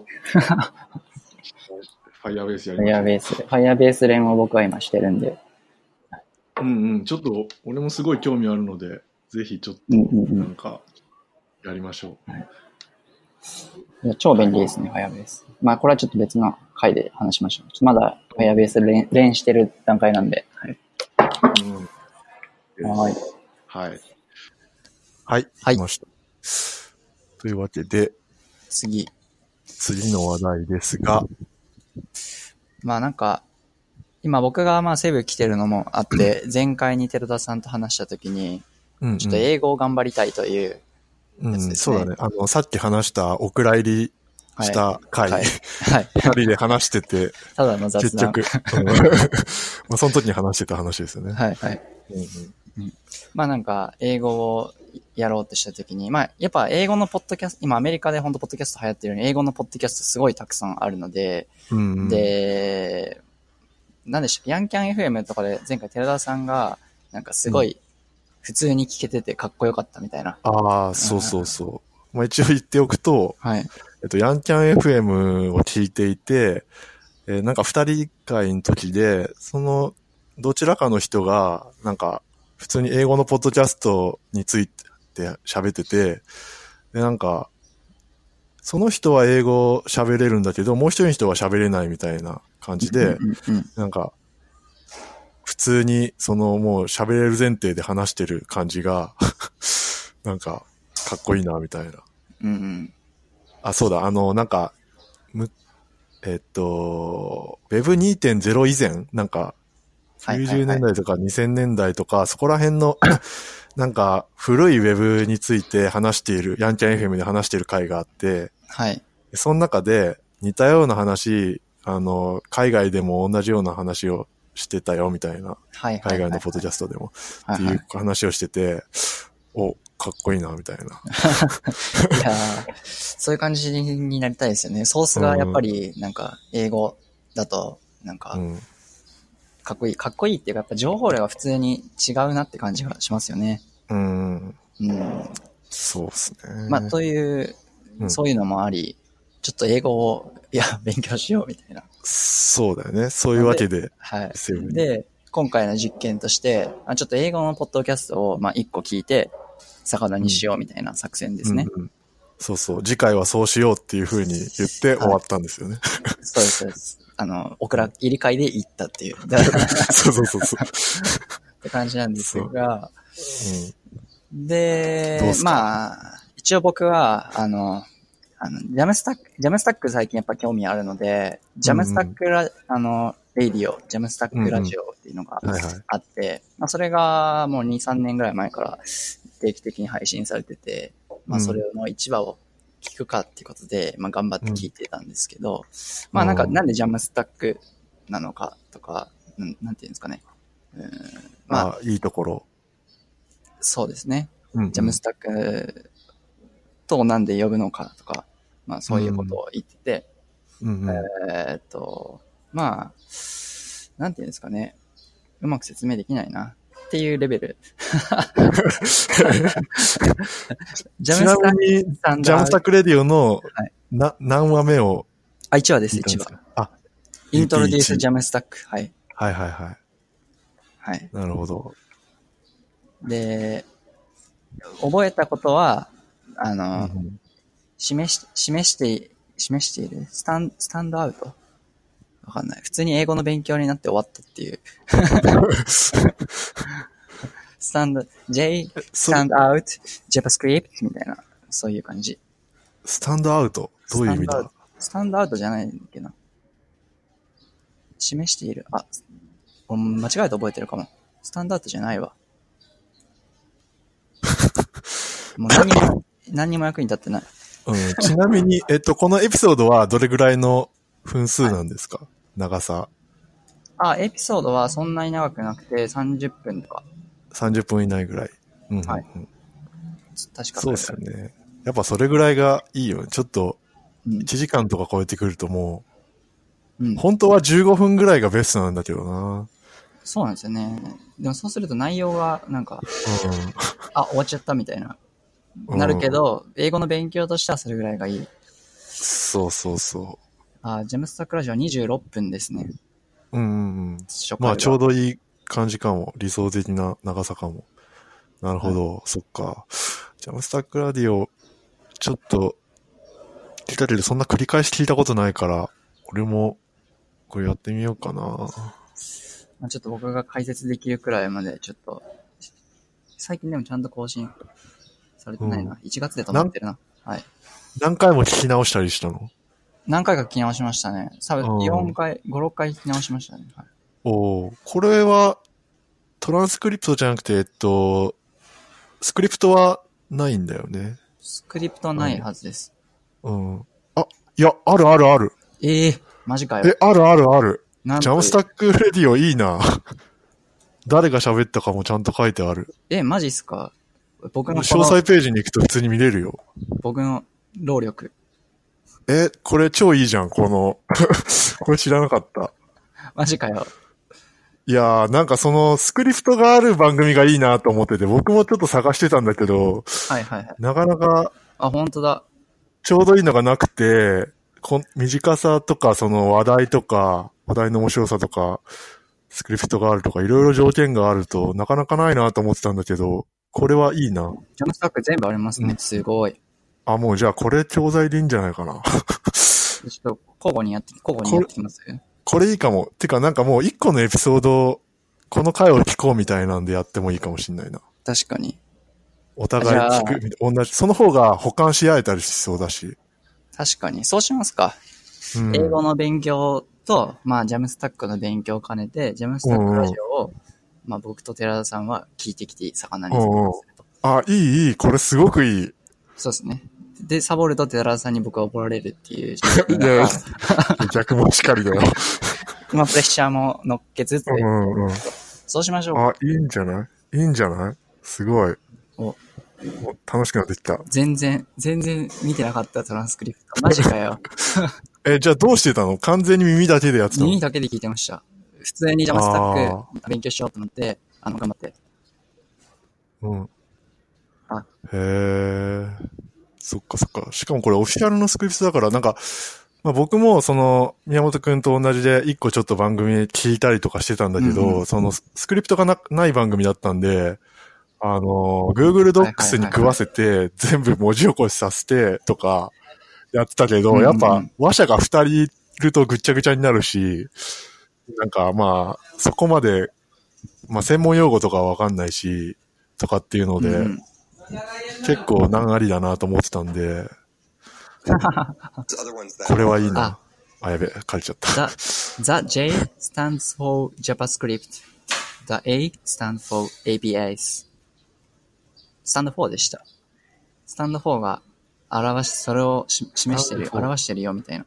Firebase やりましょう。 Firebase、Firebase 連を僕は今してるんで。 うんうん、ちょっと俺もすごい興味あるので、ぜひちょっとなんかやりましょう。うんうんうん、超便利ですね、Firebase。まあこれはちょっと別の回で話しましょう。まだ Firebase 連連してる段階なんで。はい。 うん、はい。はい。はい。はい。ました。というわけで、 次。 次の話題ですが。 まあなんか、今僕がまあセブ来てるのもあって、前回に寺田さんと話したときに、ちょっと英語を頑張りたいというやつですね。 うん、そうだね。あの、さっき話したお蔵入りした回、はい。 はい。 二人で話してて、 ただの雑談。 結局、うん、まあその時に話してた話ですよね。 はい、はい。 うんうん、 まあなんか、英語をやろうとした時に、まあ、やっぱ英語のポッドキャスト、今アメリカで本当ポッドキャスト流行ってるように、英語のポッドキャストすごいたくさんあるので、 うんうん、 で、なんでしょう、ヤンキャン エフエム とかで前回寺田さんが、なんかすごい普通に聞けててかっこよかったみたいな。 うん、ああ、そうそうそう。まあ一応言っておくと、 はい。 えっと、ヤンキャン エフエム を聞いていて、えー、なんか二人会の時で、その、どちらかの人が、なんか、普通に英語のポッドキャストについて喋ってて、で、なんか、その人は英語喋れるんだけど、もう一人の人は喋れないみたいな感じで、 うんうんうん、なんか、普通に、その、もう喋れる前提で話してる感じが、なんか、かっこいいな、みたいな。 うんうん、 あ、そうだ、あの、なんか、む、えっと、ウェブにてんゼロ 以前、なんか、きゅうじゅうねんだいとかにせんねんだいとか、そこら辺の、なんか、古いウェブについて話している、ヤンキャン エフエム で話している回があって、 はい。 その中で、似たような話、あの、海外でも同じような話をしてたよ、みたいな。海外のポッドキャストでも。っていう話をしてて、お、かっこいいな、みたいな。いやそういう感じになりたいですよね。ソースがやっぱり、なんか、英語だと、なんか、うんかっこいい。かっこいいっていうか、やっぱ情報量が普通に違うなって感じがしますよね。 うん。 うん。 そうですね。 まあ、という、そういうのもあり、うん、ちょっと英語を、いや、勉強しようみたいな。 そうだよね。そういうわけで。 はい。で、今回の実験として、ちょっと英語のポッドキャストを、まあ、一個聞いて、魚にしようみたいな作戦ですね。 うんうんうん、そうそう。次回はそうしようっていう風に言って終わったんですよね。はい、 そうです、そうです。あの、オクラ入り替えで行ったっていう。 そうそうそうそう。 って感じなんですが、うん、で、まあ、一応僕は、あの、あの、ジャムスタック、ジャムスタック最近やっぱ興味あるので、ジャムスタックラ、うんうん、あの、レイディオ、ジャムスタックラジオっていうのがあって、うんうんはいはい、まあそれがもうに、さんねんぐらい前から定期的に配信されてて、まあそれの一話を聞くかっていうことで、まあ頑張って聞いてたんですけど、うん、まあなんかなんでジャムスタックなのかとか、うん、なんていうんですかね。 うん、まあ、あ、いいところ。 そうですね。うんうん、ジャムスタックとなんで呼ぶのかとか、まあそういうことを言ってて、うんうん、えー、っと、まあ、なんていうんですかね。うまく説明できないなっていうレベル。 ちなみに、ジャムスタックレディオの、はい、な何話目をあ、いちわです、いちわ。あ、イントロデュースジャムスタック。はい。 はいはいはい。 はい。 なるほど。 で、覚えたことは、あの、うん、示し、示して、示しているスタン、スタンドアウトわかんない。普通に英語の勉強になって終わったっていう。スタンド、J、スタンドアウト、JavaScript みたいな、そういう感じ。 スタンドアウトどういう意味だ？ スタンドアウトじゃないんだっけな。示している。あ、間違えて覚えてるかも。スタンドアウトじゃないわ。もう何も、何にも役に立ってない。 うん、ちなみに、えっと、このエピソードはどれぐらいの分数なんですか？はい、長さ。 あ、エピソードはそんなに長くなくてさんじゅっぷんとか。 さんじゅっぷん以内ぐらい。うんうんうん、はい。 確かそうですよね。やっぱそれぐらいがいいよね。ちょっと、いちじかんとか超えてくるともう、うん、本当はじゅうごふんぐらいがベストなんだけどな。 そうなんですよね。でもそうすると内容がなんか、うん、あ、終わっちゃったみたいな。なるけど、うん、英語の勉強としてはそれぐらいがいい。 そうそうそう。 あ、ジャムスタックラジオはにじゅうろっぷんですね。 うんうんうん。まあちょうどいい感じかも。理想的な長さかも。なるほど。はい、そっか。ジャムスタックラディオ、ちょっと、聞いたけどそんな繰り返し聞いたことないから、俺もこれやってみようかな。 まあ、ちょっと僕が解説できるくらいまでちょっと、最近でもちゃんと更新されてないな。うん、いちがつで止まってるな。はい。 何回も聞き直したりしたの？ 何回か聞き直しましたね。多分よんかい、ご、ろっかい聞き直しましたね。はい、 おー、これはトランスクリプトじゃなくて、えっと、スクリプトはないんだよね。 スクリプトないはずです。 うん。あ、いや、あるあるある。 ええー、マジかよ。 え、あるあるある。ジャムスタックレディオいいな。誰が喋ったかもちゃんと書いてある。 え、マジっすか？僕の詳細ページに行くと普通に見れるよ。 僕の労力。 え、これ超いいじゃん、この。これ知らなかった。 マジかよ。 いやー、なんかそのスクリプトがある番組がいいなと思ってて、僕もちょっと探してたんだけど、 はいはいはい。 なかなか、 あ、本当だ。 ちょうどいいのがなくて、こ短さとか、その話題とか、話題の面白さとか、スクリプトがあるとか、いろいろ条件があると、なかなかないなと思ってたんだけど、これはいいな。 ジャムスタック全部ありますね。うん、すごい。 あ、もうじゃあこれ教材でいいんじゃないかな。ちょっと交互にやって、交互にやってきます？ これいいかも。てかなんかもう一個のエピソード、この回を聞こうみたいなんでやってもいいかもしんないな。 確かに。 お互い聞く、同じ、その方が補完し合えたりしそうだし。 確かに。そうしますか。うん、英語の勉強と、まあ、ジャムスタックの勉強を兼ねて、ジャムスタックラジオを、うん、まあ、僕と寺田さんは聞いてきて、魚にすると。 あ、いい、いい。これすごくいい。 そうですね。で、サボると寺田さんに僕は怒られるっていう。いや、逆もしかりだよ。 まあ、プレッシャーも乗っけつつ、うんうん、そうしましょう。 あ、いいんじゃないいいんじゃないすごい。お楽しくなってきた。 全然、全然見てなかったトランスクリプト。マジかよ。 え、じゃあどうしてたの？完全に耳だけでやってたの？ 耳だけで聞いてました。普通にジャムスタック勉強しようと思って、あの、頑張って。 うん。あ。へー。そっかそっか。しかもこれオフィシャルのスクリプトだから、なんか、まあ、僕もその、宮本くんと同じで一個ちょっと番組聞いたりとかしてたんだけど、うんうん、そのスクリプトが な, ない番組だったんで、あの、Google Docs に食わせて、全部文字起こしさせてとかやってたけど、やっぱ話者が二人いるとぐっちゃぐちゃになるし、なんかまあ、そこまで、まあ専門用語とかはわかんないし、とかっていうので、うん、結構難ありだなと思ってたんで、これはいいな。あ、やべ、書いちゃった。 The, the J stands for JavaScript.The A stands for エーピーアイズ。スタンドフォーでした。スタンドフォーが表し、それをし示してる、表してるよみたいな。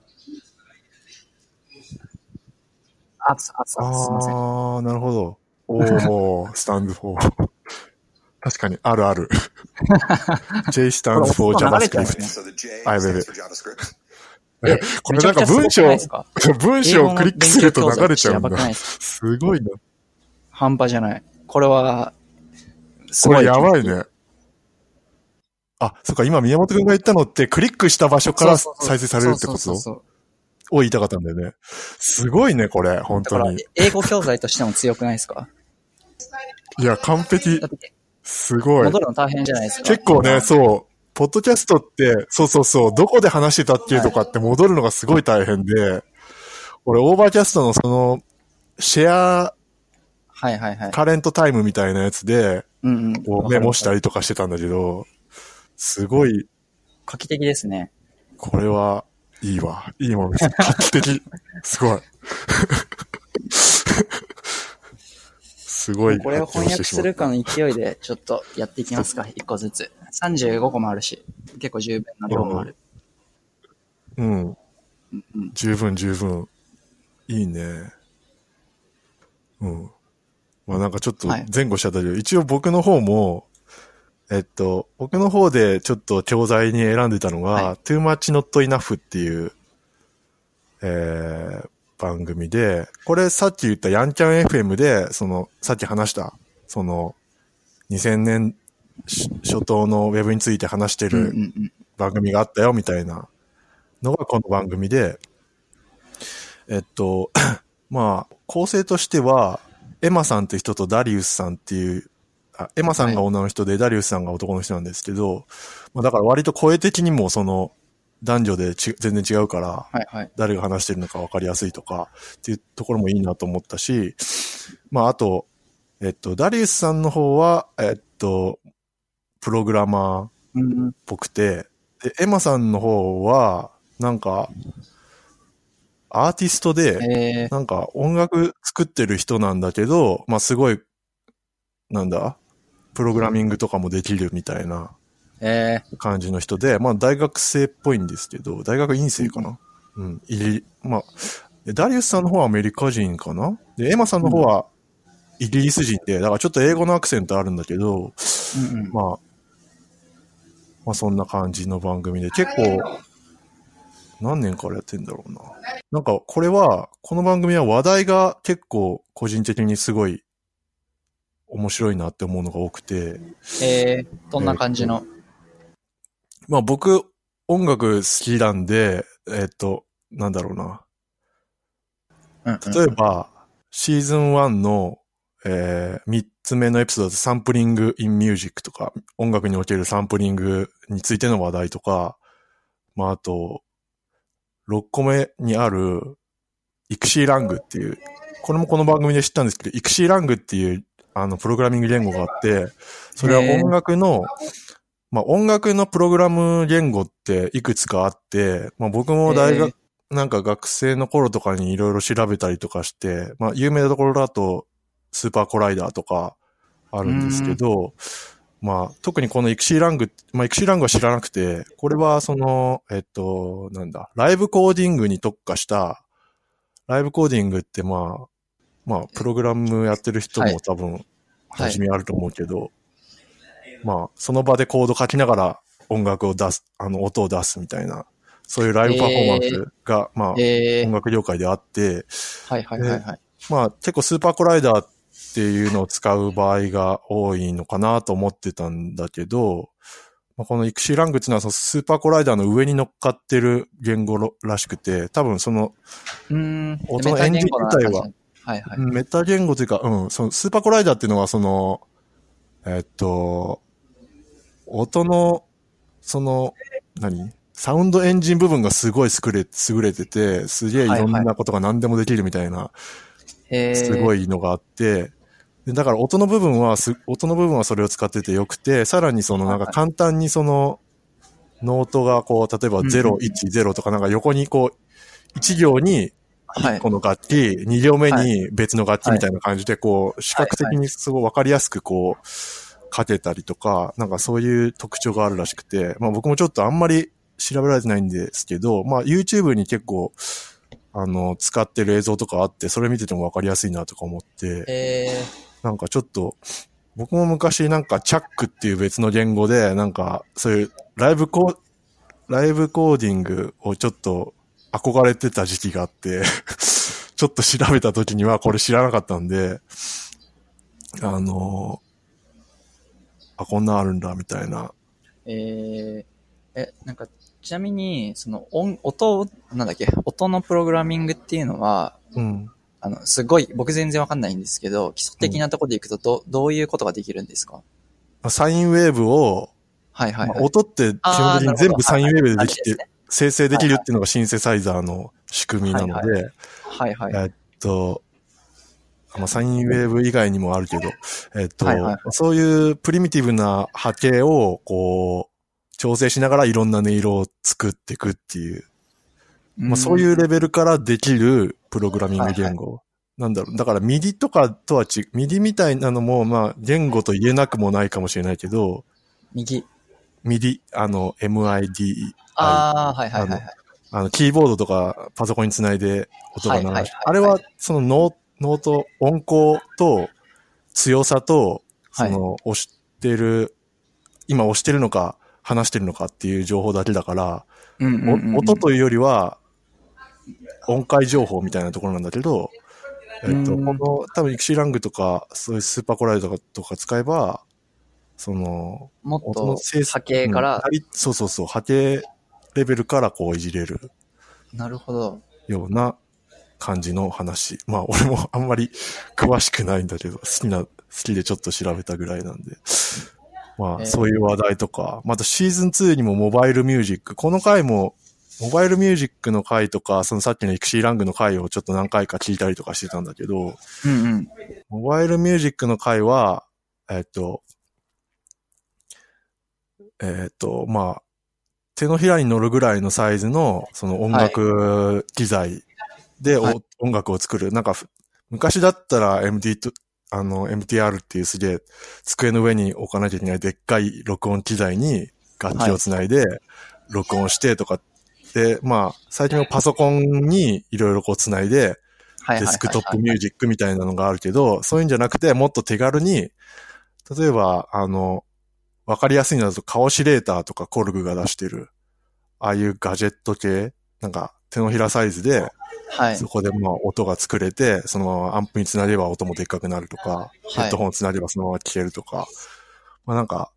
あ、あ、すいません。 ああ、なるほど。おー、スタンドフォー。確かに、あるある。J stands for JavaScript。あ、やべやべ。これなんか文章、文章をクリックすると流れちゃうんだ。すごいな。 半端じゃない。これは、すごい。 これやばいね。あ、そっか、今宮本くんが言ったのってクリックした場所から再生されるってことを言いたかったんだよね。すごいね、これ、本当に。 英語教材としても強くないですか？ いや、完璧。すごい。 戻るの大変じゃないですか。 結構ね、そう。ポッドキャストって、そうそうそう、どこで話してたっけとかって戻るのがすごい大変で、俺、オーバーキャストのその、シェア、 はいはいはい。 カレントタイムみたいなやつで、 うんうん、メモしたりとかしてたんだけど、すごい。 画期的ですね。 これは、いいわ。いいものです。画期的。すごい。すごい。 これを翻訳するかの勢いで、ちょっとやっていきますか。一個ずつ。さんじゅうごこもあるし、結構十分な量もある。 うん。うんうん、十分十分。いいね。うん。まあなんかちょっと前後しちゃったけど、はい、一応僕の方も、えっと、僕の方でちょっと教材に選んでたのが、はい、Too Much Not Enough っていう、えー、番組で、これさっき言ったヤンキャン エフエム で、その、さっき話した、その、にせんねん初頭のウェブについて話してる番組があったよみたいなのがこの番組で、えっと、まあ、構成としては、エマさんって人とダリウスさんっていう、あエマさんが女の人で、はい、ダリウスさんが男の人なんですけど、まあ、だから割と声的にもその男女でち全然違うから、はいはい、誰が話してるのか分かりやすいとかっていうところもいいなと思ったし、まああと、えっと、ダリウスさんの方は、えっと、プログラマーっぽくて、うん、で、エマさんの方は、なんか、アーティストで、なんか音楽作ってる人なんだけど、まあすごい、なんだプログラミングとかもできるみたいなえー、感じの人で、まあ大学生っぽいんですけど、大学院生かな。うん。いり、まあ、ダリウスさんの方はアメリカ人かな。で、エマさんの方はイギリス人で、だからちょっと英語のアクセントあるんだけど、うんうん、まあ、まあそんな感じの番組で、結構、何年からやってんだろうな。なんかこれは、この番組は話題が結構個人的にすごい面白いなって思うのが多くて。 えー、どんな感じの、えー、まあ僕、音楽好きなんで、えっと、なんだろうな。うんうんうん、例えば、シーズンワンの、えー、三つ目のエピソード、サンプリングインミュージックとか、音楽におけるサンプリングについての話題とか、まああと、ろっこめにある、イクシーラングっていう、これもこの番組で知ったんですけど、イクシーラングっていう、あの、プログラミング言語があって、それは音楽の、まあ音楽のプログラム言語っていくつかあって、まあ僕も大学、なんか学生の頃とかにいろいろ調べたりとかして、まあ有名なところだと、スーパーコライダーとかあるんですけど、まあ特にこのイクシーラング、まあイクシーラングは知らなくて、これはその、えっと、なんだ、ライブコーディングに特化した、ライブコーディングってまあ、まあプログラムやってる人も多分、馴染みあると思うけど、はいはい、まあその場でコード書きながら音楽を出す、あの音を出すみたいな、そういうライブパフォーマンスが、えー、まあ、えー、音楽業界であって、 はいはいはいはい。 まあ結構スーパーコライダーっていうのを使う場合が多いのかなと思ってたんだけど、まあ、このイクシーラングっていうのはそのスーパーコライダーの上に乗っかってる言語らしくて、多分その、 うーん音のエンジン自体は、 はいはい、 メタ言語というか、うん、そのスーパーコライダーっていうのはその、えっと、音の、その、何サウンドエンジン部分がすごい優れ、優れてて、すげえいろんなことが何でもできるみたいな、はいはい、すごいのがあって、でだから音の部分はす、音の部分はそれを使っててよくて、さらにそのなんか簡単にその、ノートがこう、例えばゼロ、いち、ゼロとかなんか横にこう、いち行にいっこの楽器、はい、に行目に別の楽器みたいな感じでこう、視覚的にすごいわかりやすくこう、書けたりとか、なんかそういう特徴があるらしくて、まあ僕もちょっとあんまり調べられてないんですけど、まあ YouTube に結構、あの、使ってる映像とかあって、それ見ててもわかりやすいなとか思って、 えー、なんかちょっと、僕も昔なんかチャックっていう別の言語で、なんかそういうライブコー、ライブコーディングをちょっと憧れてた時期があって、ちょっと調べた時にはこれ知らなかったんで、あの、あ、こんなんあるんだみたいな。 えー、え、なんか、ちなみに、その音、音、なんだっけ、音のプログラミングっていうのは、 うん。 あの、すごい、僕全然わかんないんですけど、基礎的なところでいくとど、うん、どういうことができるんですか？ サインウェーブを、 はいはいはい。 まあ、音って基本的に全部サインウェーブでできて、はいはい、生成できるっていうのがシンセサイザーの仕組みなので、 はいはいはいはい、 えっと、まあ、サインウェーブ以外にもあるけど、えっと、はいはいはい、そういうプリミティブな波形を、こう、調整しながらいろんな音色を作っていくっていう、まあ、そういうレベルからできるプログラミング言語。はいはい、なんだろう。だから ミディ とかとは違う、ミディ みたいなのも、まあ、言語と言えなくもないかもしれないけど、 右。 ミディ、あの、エムアイディーアイ。 ああ、はいはいはい、はい。 あの、キーボードとかパソコンにつないで音が流して、はいはいはいはい、あれは、そのノーノート、音高と強さと、その、押してる、今押してるのか、話してるのかっていう情報だけだから、 うんうんうんうん、 音というよりは、音階情報みたいなところなんだけど、えっと、この、多分、イクシーラングとか、そういうスーパーコライドとか使えば、その、 もっと波形から、 うん、そうそうそう、波形レベルからこういじれる。 なるほど。 ような感じの話。まあ、俺もあんまり詳しくないんだけど、好きな、好きでちょっと調べたぐらいなんで。まあ、そういう話題とか、またシーズンツーにもモバイルミュージック。この回も、モバイルミュージックの回とか、そのさっきのイクシーラングの回をちょっと何回か聞いたりとかしてたんだけど、 うんうん、 モバイルミュージックの回は、えっと、えっと、まあ、手のひらに乗るぐらいのサイズの、その音楽機材で、はい、音楽を作る。なんか、昔だったら エムディー と、あの、エムティーアール っていうすげえ、机の上に置かなきゃいけないでっかい録音機材に、 楽器をつないで、録音してとかで、まあ、最近はパソコンにいろいろこうつないで、デスクトップミュージックみたいなのがあるけど、そういうんじゃなくて、もっと手軽に、例えば、あの、わかりやすいのだと、カオシレーターとかコルグが出してる、ああいうガジェット系、なんか手のひらサイズで、はい、そこでまあ音が作れて、そのままアンプにつなげば音もでっかくなるとか、はい、ヘッドホンつなげばそのまま聴けるとか、まあなんか、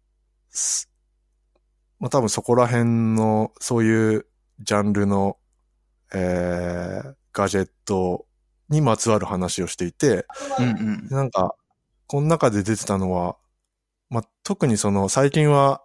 まあ多分そこら辺の、そういうジャンルの、えー、ガジェットにまつわる話をしていて、うんうん、なんか、この中で出てたのは、まあ特にその最近は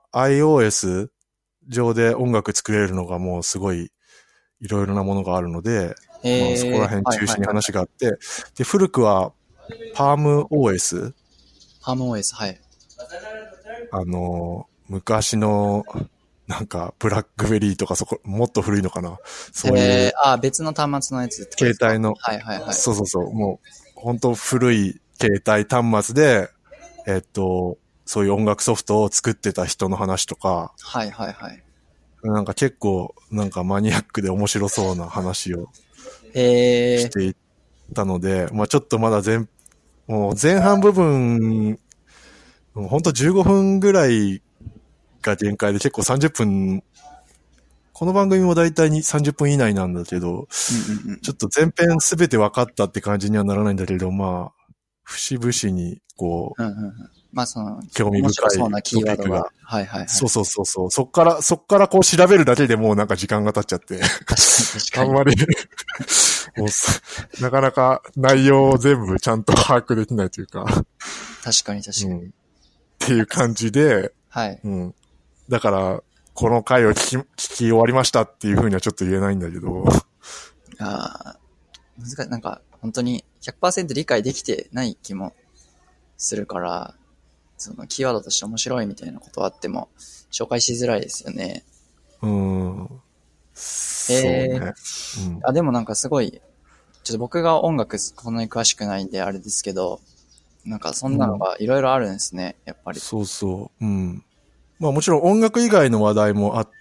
iOS 上で音楽作れるのがもうすごいいろいろなものがあるので、えーまあ、そこら辺中心に話があって、はいはいはい、で、古くは パームオーエス。 パームオーエス、はい。 あの、昔の、なんか、ブラックベリーとかそこ、もっと古いのかな。そういう。 えー、あ、別の端末のやつ。 携帯の。 はいはいはい。 そうそうそう。もう、本当古い携帯端末で、えっと、そういう音楽ソフトを作ってた人の話とか。 はいはいはい。 なんか結構、なんかマニアックで面白そうな話をしていったので、えー、まあちょっとまだ前、もう前半部分、もうほんとじゅうごふんぐらいが限界で結構さんじゅっぷん、この番組もだいたいさんじゅっぷん以内なんだけど、うんうんうん、ちょっと前編すべて分かったって感じにはならないんだけど、まあ、節々にこう、うんうんうん、 まあその、 興味深いそうなキーワードが。はいはいはい。 そうそうそうそう。そっから、そっからこう調べるだけでもうなんか時間が経っちゃって。 確かに確かに。 あんまりもう、なかなか内容を全部ちゃんと把握できないというか。 確かに確かに。うん、 っていう感じで、 はい。 うん。だから、この回を聞き、聞き終わりましたっていうふうにはちょっと言えないんだけど。 ああ、難しい。なんか、本当に ひゃくパーセント 理解できてない気もするから、そのキーワードとして面白いみたいなことあっても紹介しづらいですよね。 うーん。そうね。 えーうん、あ、でもなんかすごい、ちょっと僕が音楽こんなに詳しくないんであれですけど、なんかそんなのがいろいろあるんですね、うん、やっぱり。 そうそう。うん。まあもちろん音楽以外の話題もあって、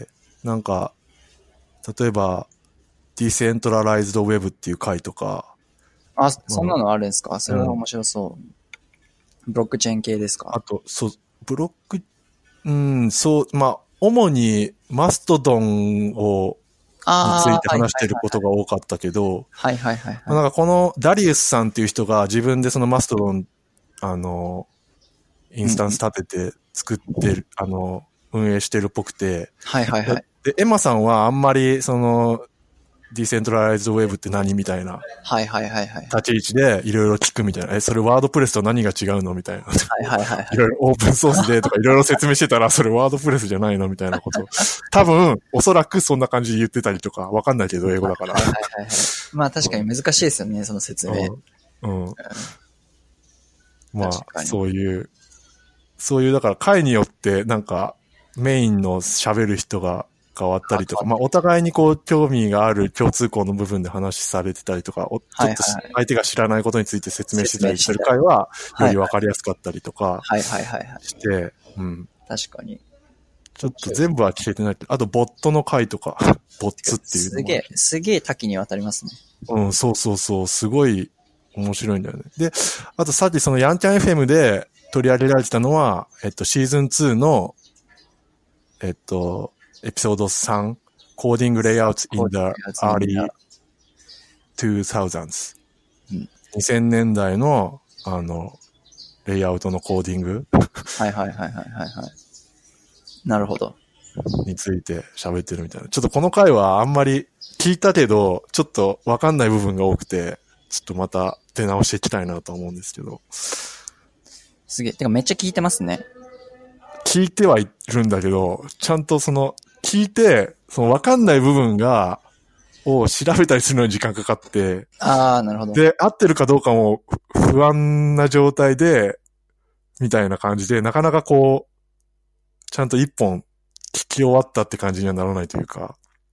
なんか、例えば、Decentralized Web っていう回とか。 あ、そんなのあるんですか？それは面白そう。うん、ブロックチェーン系ですか？ あと、そう、ブロック、うん、そう、まあ、主にマストドンを、について話してることが多かったけど、 はいはいはい、はい。 なんかこのダリウスさんっていう人が自分でそのマストドン、あの、インスタンス立てて作ってる、うん、あの、運営してるっぽくて、 はいはいはい。 で、エマさんはあんまりその、ディセントラライズドウェブって何みたいな。 はいはいはいはい。 立ち位置でいろいろ聞くみたいな。え、それワードプレスと何が違うのみたいな。 はいはいはい。 いろいろオープンソースでとかいろいろ説明してたら、それワードプレスじゃないのみたいなこと。多分、おそらくそんな感じで言ってたりとか、わかんないけど、英語だから。 はいはいはいはい。まあ確かに難しいですよね、その説明。 うん。うん、まあ、そういう、そういう、だから回によって、なんか、メインの喋る人が、変わったりとか、まあ、お互いにこう、興味がある共通項の部分で話されてたりとか、ちょっと相手が知らないことについて説明してたりする回は、より分かりやすかったりとか、して、うん。 確かに。 ちょっと全部は聞けてないけど、あと、ボットの回とか、ボッツっていうのも。 すげえ、すげえ多岐にわたりますね。 うん、そうそうそう、すごい面白いんだよね。で、あとさっきそのヤンキャン エフエム で取り上げられてたのは、えっと、シーズンツーの、えっと、エピソードスリー、Coding Layouts in the Early ツーサウザンズ、うん。にせんねんだいの、あの、レイアウトのコーディング。 はいはいはいはいはいはい。なるほど。 について喋ってるみたいな。ちょっとこの回はあんまり聞いたけど、ちょっとわかんない部分が多くて、ちょっとまた出直していきたいなと思うんですけど。 すげえ。てかめっちゃ聞いてますね。 聞いてはいるんだけど、ちゃんとその、聞いて、その分かんない部分が、を調べたりするのに時間かかって。 ああ、なるほど。 で、合ってるかどうかも不安な状態で、みたいな感じで、なかなかこう、ちゃんと一本聞き終わったって感じにはならないというか。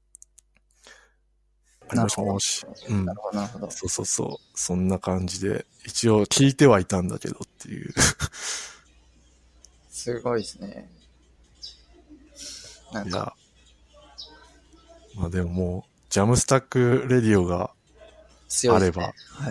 もしもし。うん。 なるほど、なるほど。 そうそうそう。そんな感じで、一応聞いてはいたんだけどっていう。 すごいですね。 なんか。 まあでももう、ジャムスタックレディオがあれば、ねはい、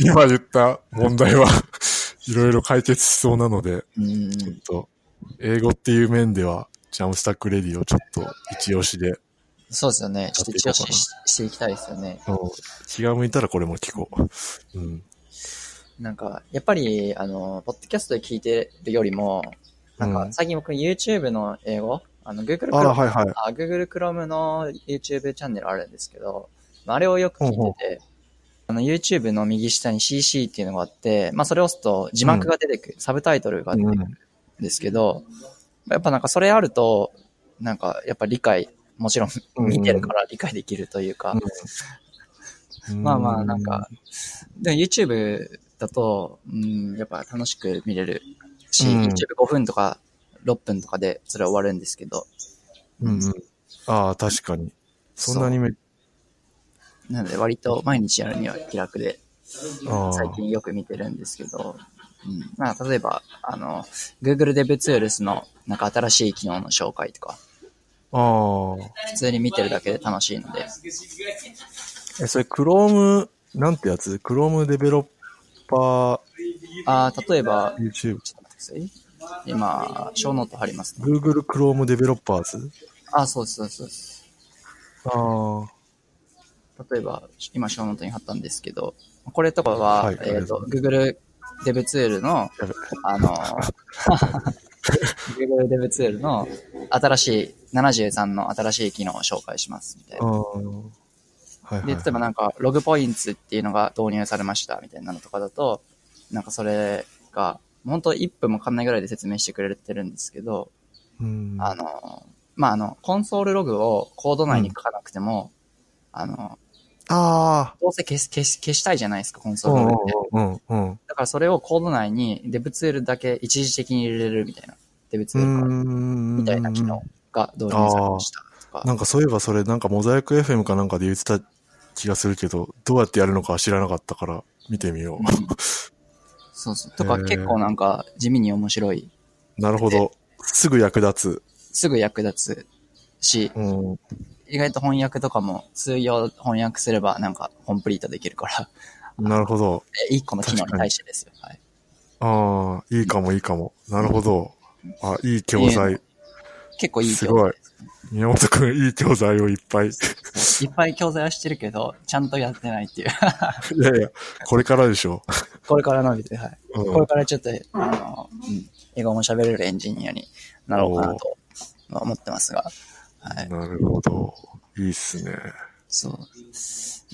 今言った問題はいろいろ解決しそうなので、うんちょっと英語っていう面ではジャムスタックレディオちょっと一押しで。 そうですよね。ちょっと一押し し, していきたいですよね。 気が向いたらこれも聞こう。うん。 なんか、やっぱり、あの、ポッドキャストで聞いてるよりも、なんか、最近僕 YouTube の英語、あの、Google Chrome、 あ、はいはい、 あ Google Chrome の YouTube チャンネルあるんですけど、あれをよく聞いてて、ほうほうあの、YouTube の右下に シーシー っていうのがあって、まあ、それを押すと字幕が出てくる、うん、サブタイトルが出てくるんですけど、うん、やっぱなんかそれあると、なんか、やっぱ理解、もちろん見てるから理解できるというか、うん、まあまあなんか、でも YouTube だと、うん、やっぱ楽しく見れるし、うん、YouTubeごふんとかろっぷんとかでそれ終わるんですけど。 うんうん。ああ、確かに。そんなにめ、 なので割と毎日やるには気楽で、最近よく見てるんですけど、うん、まあ例えば、あの、Google DevTools のなんか新しい機能の紹介とか、 ああ。 普通に見てるだけで楽しいので。 え、それ Chrome、なんてやつ ?Chrome デベロッパー。 ああ、例えば、 YouTube。 ちょっと待ってください。今、ショーノート貼りますね。 Google Chrome デベロッパーズあ、そうです、そうです。 ああ。例えば、今、ショーノートに貼ったんですけど、これとかは、はい、えっと、Google DevTools の、あの、Google DevTools の新しい、ななじゅうさんの新しい機能を紹介します、みたいな。 はいはいはい、 で、例えばなんか、ログポイントっていうのが導入されました、みたいなのとかだと、なんかそれが、本当いっぷんもかかんないぐらいで説明してくれてるんですけど、 うん、 あの、まあ、あの、コンソールログをコード内に書かなくても、うん、あの、 あどうせ消し、消し、消したいじゃないですか、コンソールログって。 うんうんうん、 だからそれをコード内に DevTools だけ一時的に入れれるみたいな。DevTools からみたいな機能が導入されましたとか。 なんかそういえばそれなんかモザイク エフエム かなんかで言ってた気がするけど、どうやってやるのか知らなかったから見てみよう。うん、 そうそう。とか結構なんか地味に面白い。 なるほど。すぐ役立つ。すぐ役立つし、うん、意外と翻訳とかも通用翻訳すればなんかコンプリートできるから。 なるほど。 いっこの機能に対してですよ。はい、 ああ、いいかもいいかも。なるほど。あ、いい教材。 結構いい教材。 すごい。宮本くんいい教材をいっぱい。いっぱい教材はしてるけど、ちゃんとやってないっていう。 いやいや、これからでしょ。 これからなんで、はい、うん。これからちょっと、あの、うん、英語も喋れるエンジニアになろうかなと思ってますが。はい、 なるほど。いいっすね。 そう。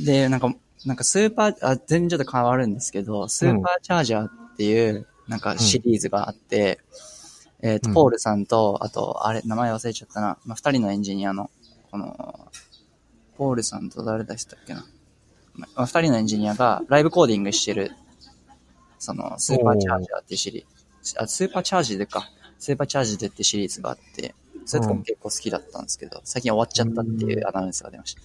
で、なんか、なんかスーパー、あ、全然ちょっと変わるんですけど、スーパーチャージャーっていう、なんかシリーズがあって、うん、えっと、ポールさんと、あと、あれ、名前忘れちゃったな。まあ、二人のエンジニアの、この、ポールさんと誰でしたっけな。まあ、二人のエンジニアがライブコーディングしてる、その、スーパーチャージャーっていうシリーズ、あ、スーパーチャージでか。スーパーチャージでってシリーズがあって、それとかも結構好きだったんですけど、最近終わっちゃったっていうアナウンスが出ました。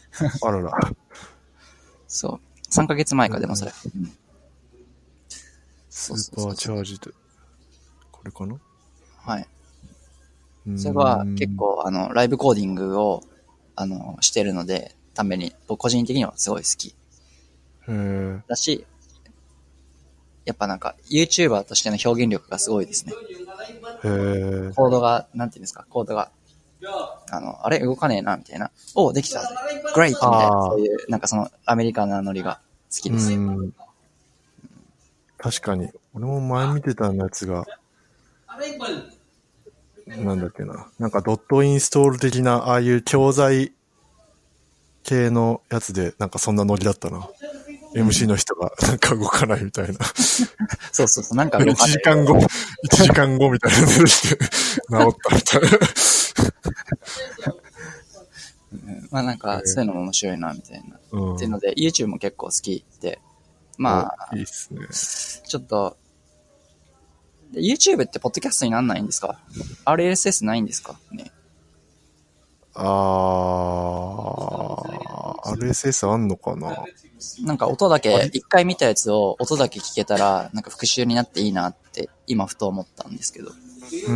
あらら。 そう。さんかげつまえか、でもそれ。うん、 スーパーチャージで。これかな？ はい。それは結構、あの、ライブコーディングを、あの、してるので、ために、僕個人的にはすごい好き。 へー。 だし、やっぱなんか、YouTuber としての表現力がすごいですね。 へー。 コードが、なんていうんですか、コードが、あの、あれ動かねえな、みたいな。おできた。グレイトみたいな、そういう、なんかその、アメリカンなノリが好きです。うん、 確かに。俺も前見てたやつが、なんだっけな。なんかドットインストール的な、ああいう教材系のやつで、なんかそんなノリだったな。エムシー の人がなんか動かないみたいな。 そうそうそう、なんか動かない。 いちじかんご、いちじかんごみたいなのでして、治ったみたいな。 まあなんか、そういうのも面白いな、みたいな。うん、っていうので、YouTube も結構好きで、まあ、 いいっすね。 ちょっと、YouTube ってポッドキャストになんないんですか？ アールエスエス ないんですかね？ あー、アールエスエス あんのかな？ なんか音だけ、一回見たやつを音だけ聞けたら、なんか復習になっていいなって、今ふと思ったんですけど。 うん。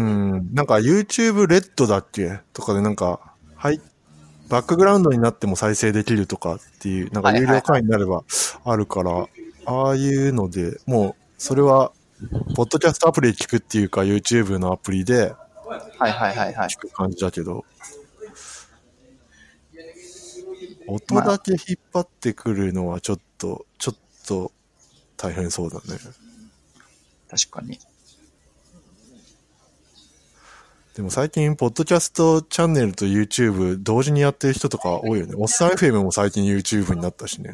なんか YouTube レッドだっけとかでなんか、はい、バックグラウンドになっても再生できるとかっていう、なんか有料会員になればあるから、はいはいはい、ああいうので、もう、それは、ポッドキャストアプリで聞くっていうか、YouTube のアプリで、 はいはいはいはい。 聞く感じだけど、音だけ引っ張ってくるのはちょっと、ちょっと大変そうだね。 確かに。 でも最近、ポッドキャストチャンネルと YouTube 同時にやってる人とか多いよね。おっさん エフエム も最近 YouTube になったしね。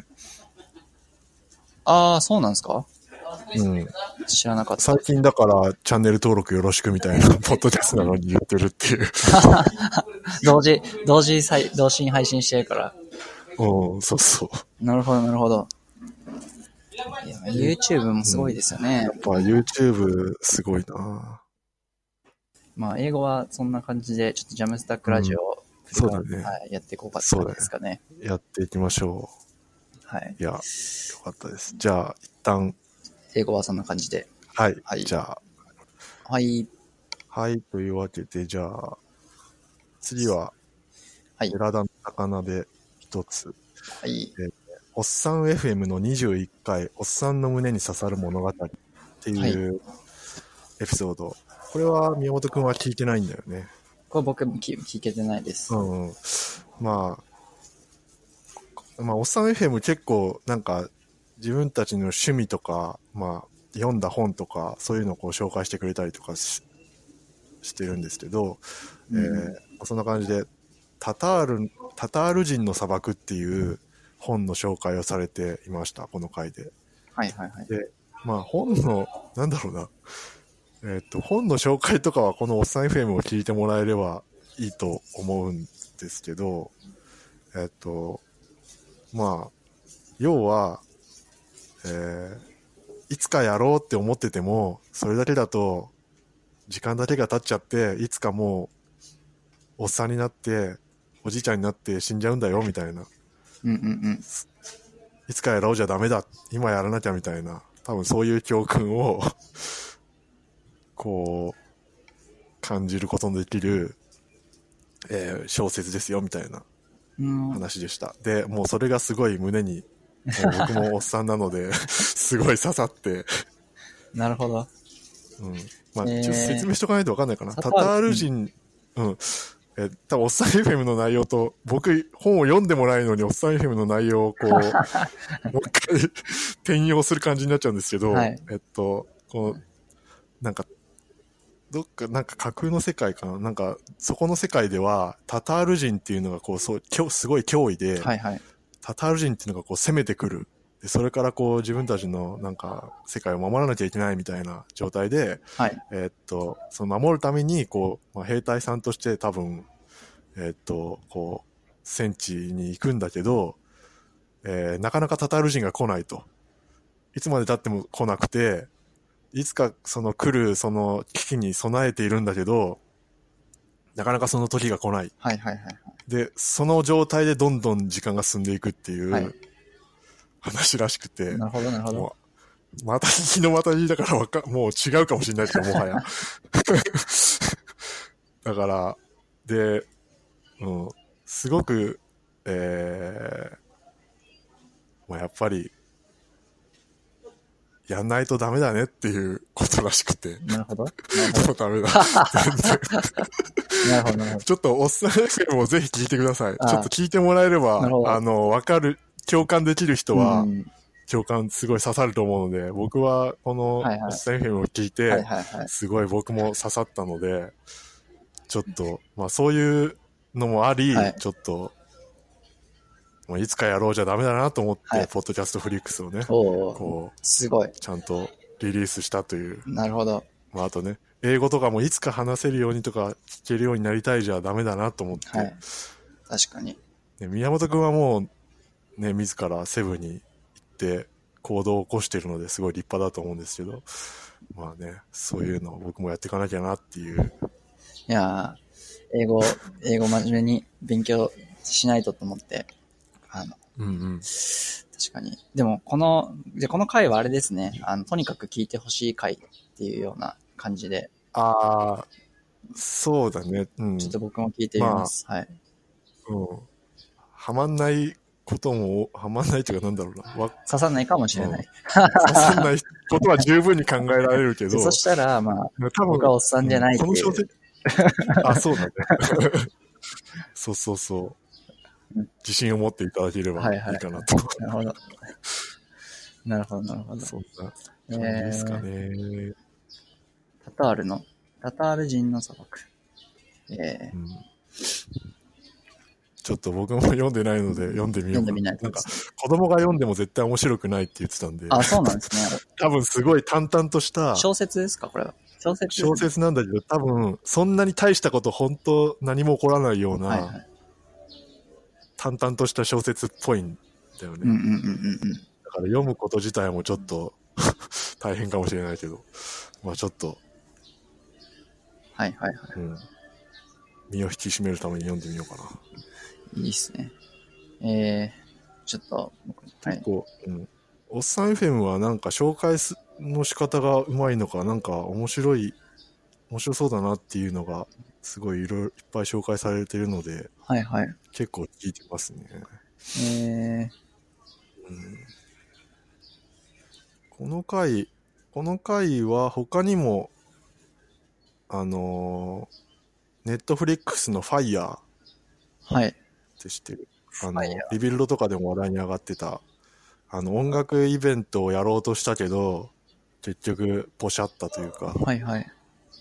ああ、そうなんですか？ うん。 知らなかった。 最近だからチャンネル登録よろしくみたいな、ポッドキャストなのに言ってるっていう。 同時、同時再、同時に配信してるから。 うん、そうそう。 なるほど、なるほど。いや、YouTube もすごいですよね。 うん、やっぱ YouTube すごいな。 まあ、英語はそんな感じで、ちょっとジャムスタックラジオを、 うん、そうだね、 はい、やっていこうかって感じですかね。 ね、やっていきましょう。はい。 いや、よかったです。じゃあ、一旦。 英語はそんな感じで。 はい。はい、じゃあ。 はい。 はい、というわけで、じゃあ、次は、はい。寺田の魚で一つ。 はい。 えー、おっさん エフエム のにじゅういっかい、おっさんの胸に刺さる物語っていうエピソード。はい、これは宮本くんは聞いてないんだよね。 これ僕も聞聞けてないです。 うん。まあ、まあ、おっさん エフエム 結構なんか自分たちの趣味とか、まあ、読んだ本とか、そういうのをこう紹介してくれたりとか し, してるんですけど、うん、えー、そんな感じで、タタール、タタール人の砂漠っていう本の紹介をされていました、この回で。 はいはいはい。 で、まあ本の、なんだろうな、えっと、本の紹介とかはこのおっさん エフエム を聞いてもらえればいいと思うんですけど、えっと、まあ、要は、えー、いつかやろうって思ってても、それだけだと、時間だけが経っちゃって、いつかもう、おっさんになって、おじいちゃんになって死んじゃうんだよ、みたいな。 うんうんうん。 いつかやろうじゃダメだ、今やらなきゃみたいな、多分そういう教訓を、こう、感じることのできる、えー、小説ですよ、みたいな話でした。で、もうそれがすごい胸に、もう僕もおっさんなので、すごい刺さって。 なるほど。 うん。まあ、ちょっと説明しとかないと分かんないかな。タタール人、うん。え、多分おっさん エフエム の内容と、僕、本を読んでもないのに、おっさん エフエム の内容をこう、もう一回転用する感じになっちゃうんですけど、はい、えっと、この、なんか、どっか、なんか架空の世界かな、なんか、そこの世界では、タタール人っていうのがこう、そう、すごい脅威で、 はいはい、 タタール人っていうのがこう攻めてくる。で、それからこう自分たちのなんか世界を守らなきゃいけないみたいな状態で、 はい、 えー、っと、その守るためにこう、まあ、兵隊さんとして多分、えー、っと、こう、戦地に行くんだけど、えー、なかなかタタール人が来ないと。いつまで経っても来なくて、いつかその来るその危機に備えているんだけど、なかなかその時が来ない。 はいはいはい。 で、その状態でどんどん時間が進んでいくっていう話らしくて。はい、 なるほどなるほど。 また日のまたぎだからわか、もう違うかもしれないけど、もはや。だから、で、うん、すごく、えー、まあ、やっぱり、やんないとダメだねっていうことらしくて。 なるほど。なるほど。ダメだ。全然。 なるほど、なるほど。 ちょっと、おっさん エフエム をぜひ聞いてください。ちょっと聞いてもらえれば、あの、わかる、共感できる人は、うん、共感すごい刺さると思うので、僕はこの、おっさん エフエム を聞いて、はいはいはい、すごい僕も刺さったので、ちょっと、まあそういうのもあり、はい、ちょっと、まあ、いつかやろうじゃダメだなと思って、はい、ポッドキャストフリックスをね、 こう、すごい。 ちゃんとリリースしたという。 なるほど。 まああとね、英語とかもいつか話せるようにとか聞けるようになりたいじゃダメだなと思って。 はい。確かに。 ね、宮本くんはもう、ね、自らセブンに行って行動を起こしているのですごい立派だと思うんですけど、まあね、そういうのを僕もやっていかなきゃなっていう。 いやー、英語、英語真面目に勉強しないとと思って、あの、 うんうん、 確かに。でも、この、じゃこの回はあれですね、あの、とにかく聞いてほしい回っていうような感じで、 ああ、そうだね。うん。 ちょっと僕も聞いてみます。まあ、はい。 うん。はまんないことも、はまんないというかなんだろうな。 刺さんないかもしれない。うん、 刺さんないことは十分に考えられるけど。 そしたら、まあ、多分僕はおっさんじゃないっていう。うん、この小説あ、そうだね。そうそうそう。自信を持っていただければいいかなと。はいはい、 なるほど。なるほど、なるほど。 そんな感じですかね。えー、 タタールの、タタール人の砂漠。えーうん、 ちょっと僕も読んでないので読んでみようかな。読んでみない。なんか子供が読んでも絶対面白くないって言ってたんで。 あ、そうなんですね。 多分すごい淡々とした。 小説ですかこれは。小説、 ね、小説なんだけど、多分そんなに大したこと本当何も起こらないような、はいはい、淡々とした小説っぽいんだよね。 うんうんうんうん。 だから読むこと自体もちょっと大変かもしれないけど、まあちょっと。 はいはいはい。うん、 身を引き締めるために読んでみようかな。 いいっすね。えー、ちょっと、 結構、はい、うん。おっさん エフエム はなんか紹介の仕方がうまいのか、なんか面白い、面白そうだなっていうのが、すごいいろいろいっぱい紹介されてるので、 はいはい。 結構聞いてますね。 えー、うん、 この回、この回は他にも、あのー、ネットフリックスのファイヤー。 はい。 って知ってる。あの、リビルドとかでも話題に上がってた、あの、音楽イベントをやろうとしたけど、結局、ポシャったというか。 はいはい。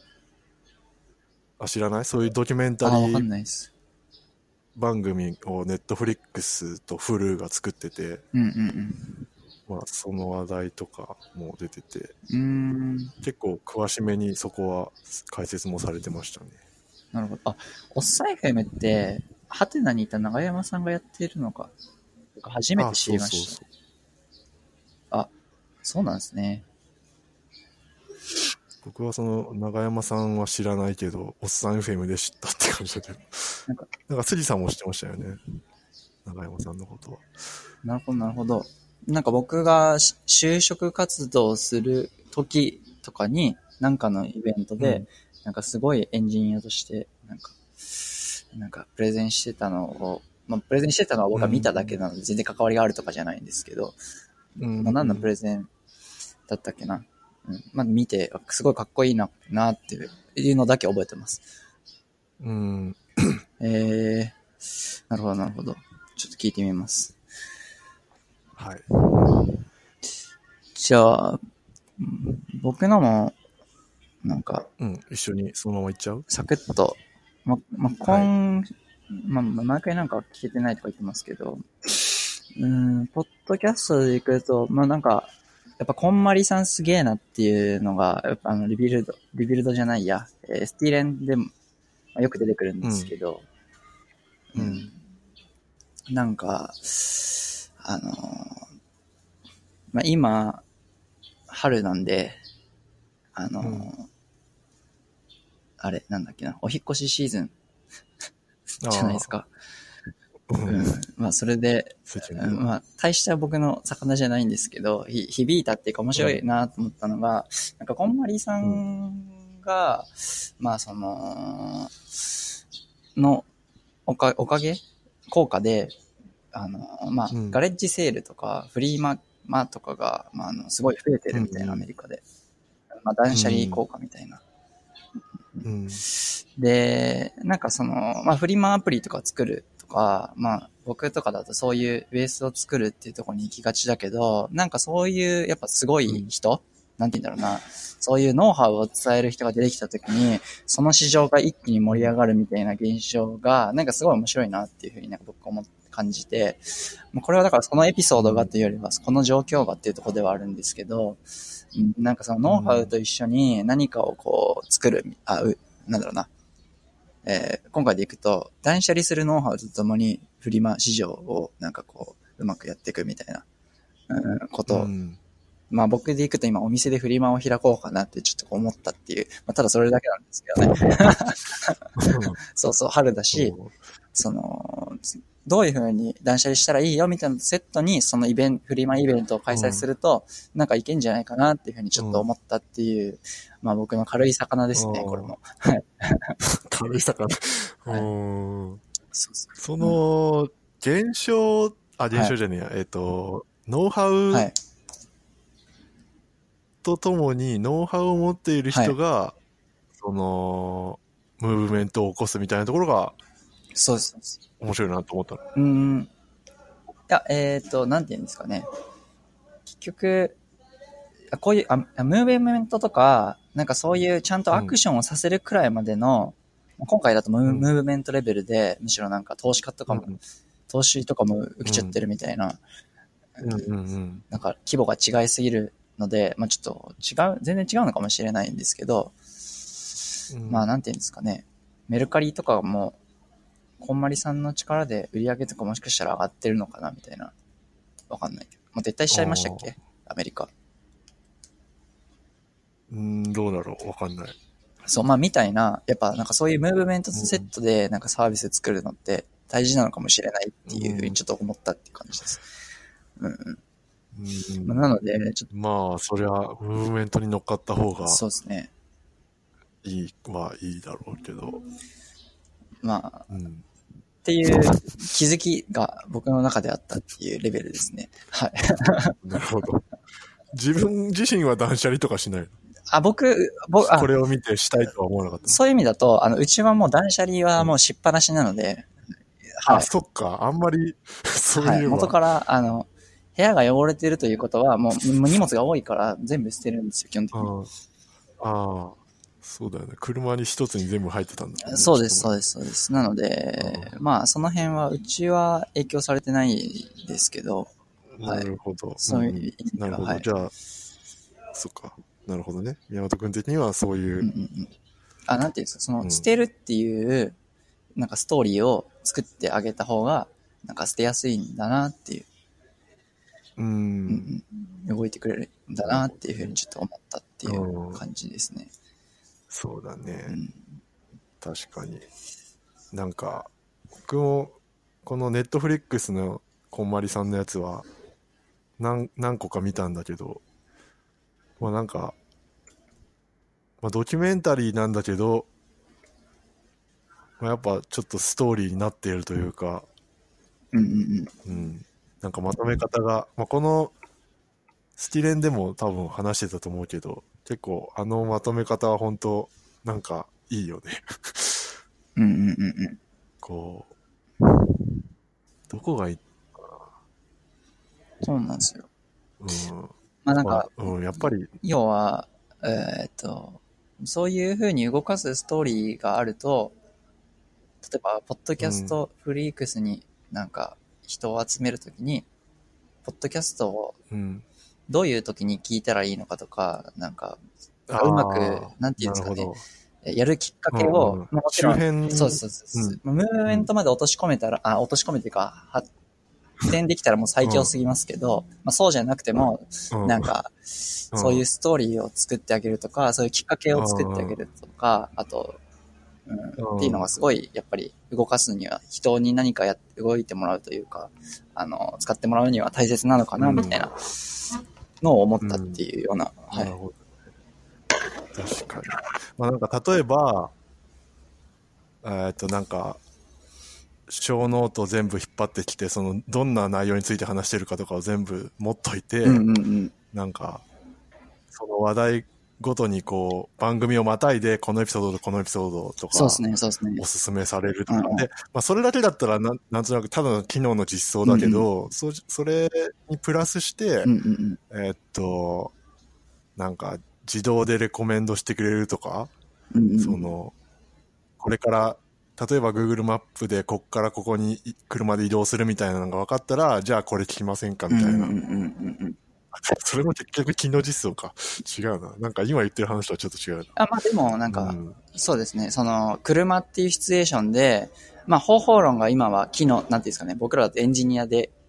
あ、知らない？そういうドキュメンタリー。 わかんないです。 番組をネットフリックスとフルが作ってて、 うんうんうん。 まあ、その話題とかも出てて、 うーん、 結構詳しめにそこは解説もされてましたね。 なるほど。あ、おっさん エフエム って、ハテナにいた永山さんがやっているのか、初めて知りました。あ、そうそうそう。あ、そうなんですね。 僕はその永山さんは知らないけど、おっさん エフエム で知ったって感じだけど。なんか、なんか杉さんも知ってましたよね。永山さんのことは。 なるほど、なるほど。なんか僕が就職活動する時とかに、なんかのイベントで、うん、なんかすごいエンジニアとして、なんか、なんかプレゼンしてたのを、まあ、プレゼンしてたのは僕は見ただけなので、全然関わりがあるとかじゃないんですけど、うん、まあ、何のプレゼンだったっけな。うん、まあ、見て、すごいかっこいいな、なっていうのだけ覚えてます。 うん。 えー、なるほど、なるほど。ちょっと聞いてみます。 はい。 じゃあ、僕のも、なんか、 うん、一緒にそのまま行っちゃう？ サクッと、ま、ま、今、はい、ま、毎回なんか聞けてないとか言ってますけど、うん、ポッドキャストで行くと、まあ、なんか、やっぱこんまりさんすげえなっていうのが、やっぱあの、リビルド、リビルドじゃないや、えー、スティーレンでも、まあ、よく出てくるんですけど、うん。うん、なんか、あのー、まあ、今、春なんで、あのー、うん、あれ、なんだっけな、お引越しシーズンじゃないですか。うん、まあ、それで、うん、まあ、大した僕の魚じゃないんですけど、ひ響いたっていうか面白いなと思ったのが、うん、なんか、こんまりさんが、うん、まあ、その、の、おか、おかげ効果で、あの、まあ、うん、ガレッジセールとか、フリーマ、マとかが、まあ、あの、すごい増えてるみたいな、アメリカで。まあ、断捨離効果みたいな。うん、で、なんかその、まあ、フリマアプリとか作るとか、まあ、僕とかだとそういうベースを作るっていうところに行きがちだけど、なんかそういう、やっぱすごい人、うん、なんて言うんだろうな、そういうノウハウを伝える人が出てきたときに、その市場が一気に盛り上がるみたいな現象が、なんかすごい面白いなっていうふうになんか僕は思って感じて、これはだからそのエピソードがというよりは、この状況がっていうところではあるんですけど、なんかそのノウハウと一緒に何かをこう作る、あ、う、なんだろうな。えー、今回でいくと、断捨離するノウハウとともにフリマ市場をなんかこう、うまくやっていくみたいな、うん、ことを、うん、まあ僕でいくと今お店でフリマを開こうかなってちょっと思ったっていう、まあただそれだけなんですけどね。そうそう、春だし、その、 どういう風に断捨離したらいいよみたいなセットに、そのイベント、フリマイベントを開催すると、うん、なんかいけんじゃないかなっていう風にちょっと思ったっていう、うん、まあ僕の軽い魚ですね、これも。はい。 軽い魚。 はい、 うんそうそうその、現象、あ、現象じゃねえや、はい、えっと、ノウハウとともに、ノウハウを持っている人が、はい、その、ムーブメントを起こすみたいなところが、 そうです。 面白いなと思ったの。 うん。いや、えっと、なんて言うんですかね。結局、こういうあ、ムーブメントとか、なんかそういうちゃんとアクションをさせるくらいまでの、うん、今回だとムーブメントレベルで、むしろなんか投資家とかも、うん、投資とかも受けちゃってるみたいな、 うんうんうん、 なんか規模が違いすぎるので、まあちょっと違う、全然違うのかもしれないんですけど、うん、まあなんて言うんですかね。メルカリとかも、こんまりさんの力で売り上げとかもしかしたら上がってるのかなみたいな。わかんないけど。もう撤退しちゃいましたっけアメリカ。 うーん、どうだろうわかんない。 そう、まあみたいな、やっぱなんかそういうムーブメントセットでなんかサービス作るのって大事なのかもしれないっていうふうにちょっと思ったっていう感じです。うんうん。うんまあ、なので、ちょっと。 まあ、それはムーブメントに乗っかった方が。 そうですね。 いいはいいだろうけど。 まあ、うん、っていう気づきが僕の中であったっていうレベルですね。はい。 なるほど。自分自身は断捨離とかしないの？ あ、僕、僕、あ、 これを見てしたいとは思わなかった。 そういう意味だと、あの、うちはもう断捨離はもうしっぱなしなので。 うん、はい、あ、そっか。あんまり、そういう、はい。 元から、あの、部屋が汚れてるということは、もう荷物が多いから全部捨てるんですよ、基本的に。 ああ。そうだよね。車に一つに全部入ってたんだ、 ね。そうです、そうです、そうです。なので、まあ、その辺は、うちは影響されてないですけど。 なるほど。 はい、そういう意味では、なるほど。はい、じゃあ、そっか。なるほどね。宮本君的にはそういう。うんうんうん、 あ、なんていうんですか、その、うん、捨てるっていう、なんかストーリーを作ってあげた方が、なんか捨てやすいんだなっていう。 うん、 うんうん。動いてくれるんだなっていうふうにちょっと思ったっていう感じですね。 そうだね、うん、確かに。なんか僕もこのネットフリックスのこんまりさんのやつは 何, 何個か見たんだけど、まあなんか、まあ、ドキュメンタリーなんだけど、まあ、やっぱちょっとストーリーになっているというか、 うんうんうんうん、なんかまとめ方が、まあ、このスティレンでも多分話してたと思うけど、結構あのまとめ方は本当なんかいいよね。 うんうんうんうん。 こう、どこがいいかな。そうなんですよ。 うん。 まあなんか、 まあ、うん、やっぱり。 要は、えー、っと、そういう風に動かすストーリーがあると、例えば、ポッドキャストフリークスになんか人を集めるときに、ポッドキャストをどういうときに聞いたらいいのかとか、なんか、うまく、なんていうんですかね、やるきっかけを、うんうん、もちろん、 周辺そうそうそう、うん、ムーブメントまで落とし込めたら、あ、落とし込めていうか、発展できたらもう最強すぎますけど、うん、まあそうじゃなくても、うん、なんか、そういうストーリーを作ってあげるとか、そういうきっかけを作ってあげるとか、あと、うん、っていうのがすごい、やっぱり動かすには、人に何かやって動いてもらうというか、あの、使ってもらうには大切なのかな、みたいなのを思ったっていうような、うん、はい。 確かに。まあなんか例えば、えっとなんか、小ノート全部引っ張ってきて、そのどんな内容について話してるかとかを全部持っといて、 うんうんうん、 なんか、その話題ごとにこう、番組をまたいで、このエピソードとこのエピソードとか、 そうですね、そうですね。 おすすめされるとか、うんうん、で、まあそれだけだったらな、なんとなくただの機能の実装だけど、うんうん、そ, それにプラスして、 うんうんうん、 えー、っと、なんか、自動でレコメンドしてくれるとか、 うんうん、 その、これから、例えば Google マップでこっからここに車で移動するみたいなのが分かったら、じゃあこれ聞きませんかみたいな。 うんうんうんうん、 それも結局機能実装か。違うな。なんか今言ってる話とはちょっと違うな。 あ、まあでもなんか、うん、そうですね。その、車っていうシチュエーションで、まあ方法論が今は機能、なんていうんですかね、僕らだとエンジニアで、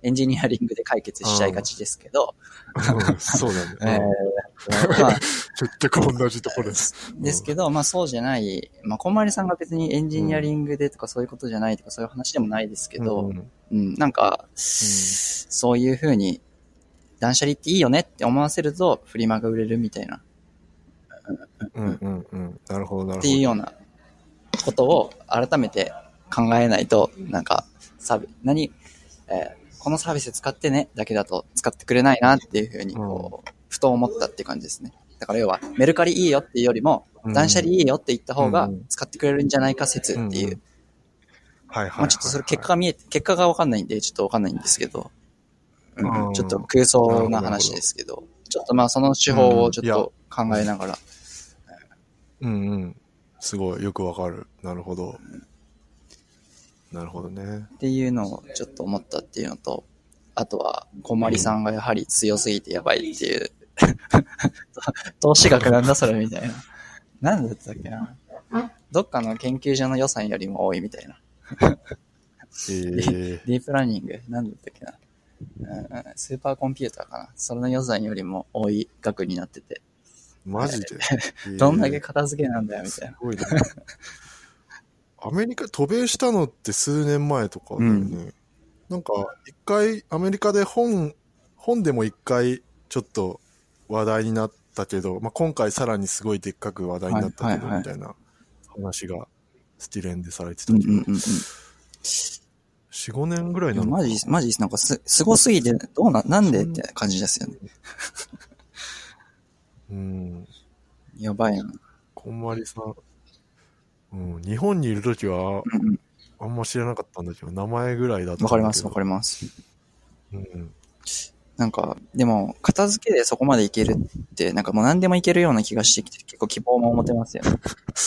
エンジニアリングで解決しちゃいがちですけど。 うん、そうだね。 えーまあ、 結局同じところです。 ですけど、まあそうじゃない、まあこんまりさんが別にエンジニアリングでとかそういうことじゃないとかそういう話でもないですけど、うん、うん、なんか、うん、そういう風に断捨離っていいよねって思わせるとフリマが売れるみたいな。 うんうんうん。なるほどなるほど。 っていうようなことを改めて考えないと、なんか、サービ何、えー、このサービス使ってねだけだと使ってくれないなっていうふうにこう、うん、ふと思ったっていう感じですね。だから要はメルカリいいよっていうよりも、うん、断捨離いいよって言った方が使ってくれるんじゃないか説っていう。うんうん、はいはいはい、はい。まあちょっとそれ結果が見えて、結果がわかんないんでちょっとわかんないんですけど、うん、ちょっと空想な話ですけど、ちょっとまあその手法をちょっと考えながら。 うん、うんうん。すごいよくわかる。なるほど。なるほどね。 っていうのをちょっと思ったっていうのと、あとは、こまりさんがやはり強すぎてやばいっていう。投資額なんだそれみたいな。なんだったっけな。どっかの研究所の予算よりも多いみたいな。 えー、 ディープラーニングなんだったっけな、うん。スーパーコンピューターかな。それの予算よりも多い額になってて。 マジで、 えー、どんだけ片付けなんだよみたいな。すごいね。 アメリカ渡米したのって数年前とかだよね。うん、なんか一回アメリカで本本でも一回ちょっと話題になったけど、まあ、今回さらにすごいでっかく話題になったけど、みたいな話がスティレンでされてたけど、うんうんうん、よん、ごねんぐらいなのかな。 マジマジなんかすすごすぎてどうななんでって感じですよね。 うん。 やばいな。 こんまりさん。うん、日本にいるときは、うん、あんま知らなかったんだけど、名前ぐらいだったんだけど。 わかります、わかります。 うん。なんか、でも、片付けでそこまでいけるって、なんかもう何でもいけるような気がしてきて、結構希望も持てますよね。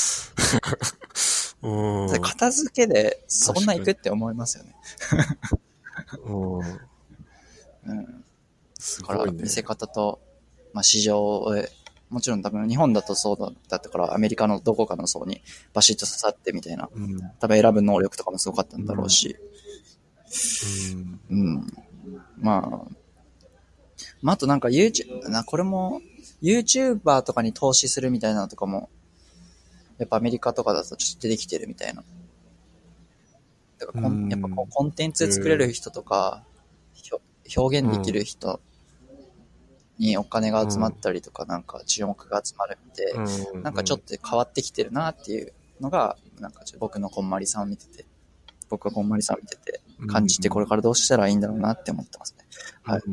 うん。 片付けでそんな行くって思いますよね。 うん。 うん。すごいね。だから見せ方と、まあ市場へ、もちろん多分日本だとそうだったからアメリカのどこかの層にバシッと刺さってみたいな、うん、多分選ぶ能力とかもすごかったんだろうし、うん、うん、まあ、まあ、あとなんか YouTube なこれも YouTuber とかに投資するみたいなのとかもやっぱアメリカとかだとちょっと出てきてるみたいな。だからコン、うん、やっぱこうコンテンツ作れる人とか、えー、表現できる人、うんにお金が集まったりとか、なんか注目が集まるんで、うん、なんかちょっと変わってきてるなっていうのが、なんか僕のこんまりさんを見てて、僕はこんまりさんを見てて感じて、これからどうしたらいいんだろうなって思ってますね。はい。うん、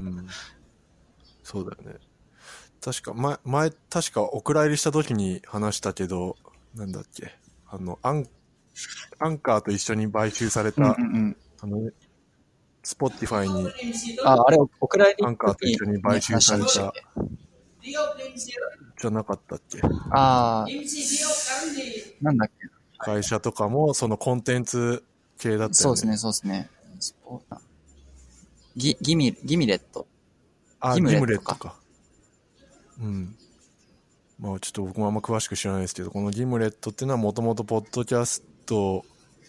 そうだよね。確か前、前、確かお蔵入りした時に話したけど、なんだっけ、あの、アン、アンカーと一緒に買収された、うんうんうん、あの、スポティファイに、 あ、あれ、お蔵入りアンカーと一緒に買収された、じゃなかったっけ？ ああ、なんだっけ？ 会社とかも、そのコンテンツ系だったよね。 そうですね、そうですね。スポギ、ギミ、ギミレット。 あ、ギムレットか。ギムレットか。うん。まあちょっと僕もあんま詳しく知らないですけど、このギムレットっていうのはもともとポッドキャストを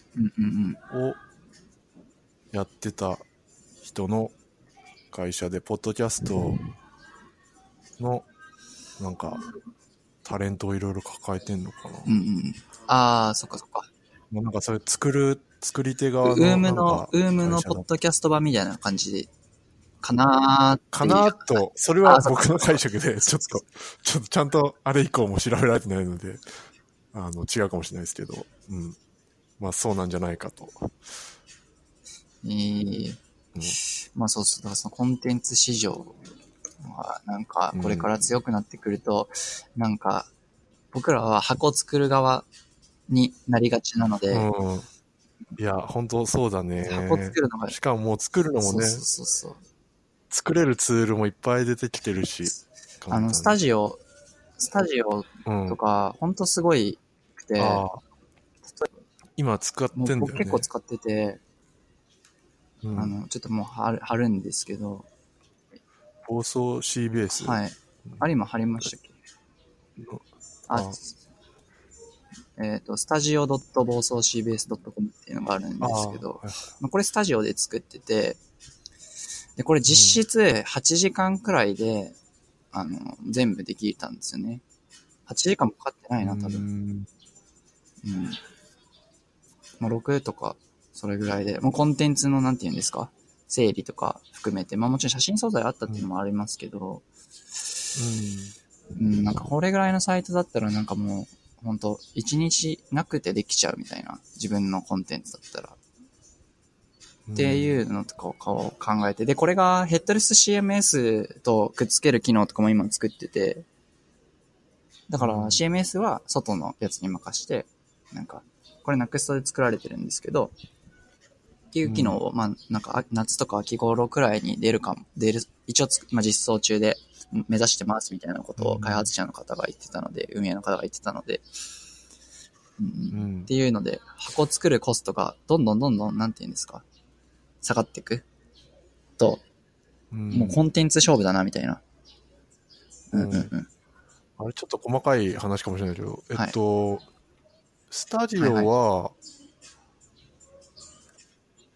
やってた人の会社で、ポッドキャストのなんかタレントをいろいろ抱えてんのかな。 うんうん。ああ、そっかそっか。 もうなんかそれ作る作り手側のウームのウームのポッドキャスト版みたいな感じかなーってかなーと、それは僕の解釈でちょっとちょっとちゃんとあれ以降も調べられてないので、あの違うかもしれないですけど、うん、まあそうなんじゃないかと。 えーうん、まあそうそう、だからそのコンテンツ市場はなんかこれから強くなってくると、うん、なんか僕らは箱を作る側になりがちなので、うん、 いや本当そうだね。 箱作るのがしかももう作るのもね、 そうそうそうそう、 作れるツールもいっぱい出てきてるし、 あのスタジオスタジオとか、うん、本当すごいくて、あ今使ってんだよね。僕結構使ってて、うん、あのちょっともう貼る、貼るんですけど、 放送 シービーエス、 はい、あれ今貼りましたっけ？あ、えっと、スタジオ .暴走 シービーエス ドットコム っていうのがあるんですけど、はい、まあ、これスタジオで作ってて、 で、これ実質はちじかんくらいで、あの、全部できたんですよね。はちじかんもかかってないな、多分。うん。まあ、ろくとか、それぐらいで、もうコンテンツのなんて言うんですか、整理とか含めて、まあもちろん写真素材あったっていうのもありますけど、うん、うん、なんかこれぐらいのサイトだったらなんかもう、ほんと、一日なくてできちゃうみたいな、自分のコンテンツだったら。っていうのとかを考えて、で、これがヘッドレス シーエムエス とくっつける機能とかも今作ってて、だから シーエムエス は外のやつに任して、なんか、これ Next で作られてるんですけど、っていう機能を、まあ、なんか、夏とか秋頃くらいに出るかも、出る、一応つ、まあ、実装中で目指してますみたいなことを開発者の方が言ってたので、運営の方が言ってたので、うん、っていうので、箱作るコストがどんどんどんどん、なんていうんですか、下がっていくと、うん、もうコンテンツ勝負だなみたいな。うんうんうん。 あれちょっと細かい話かもしれないけど、えっと、はい、スタジオは、はいはい、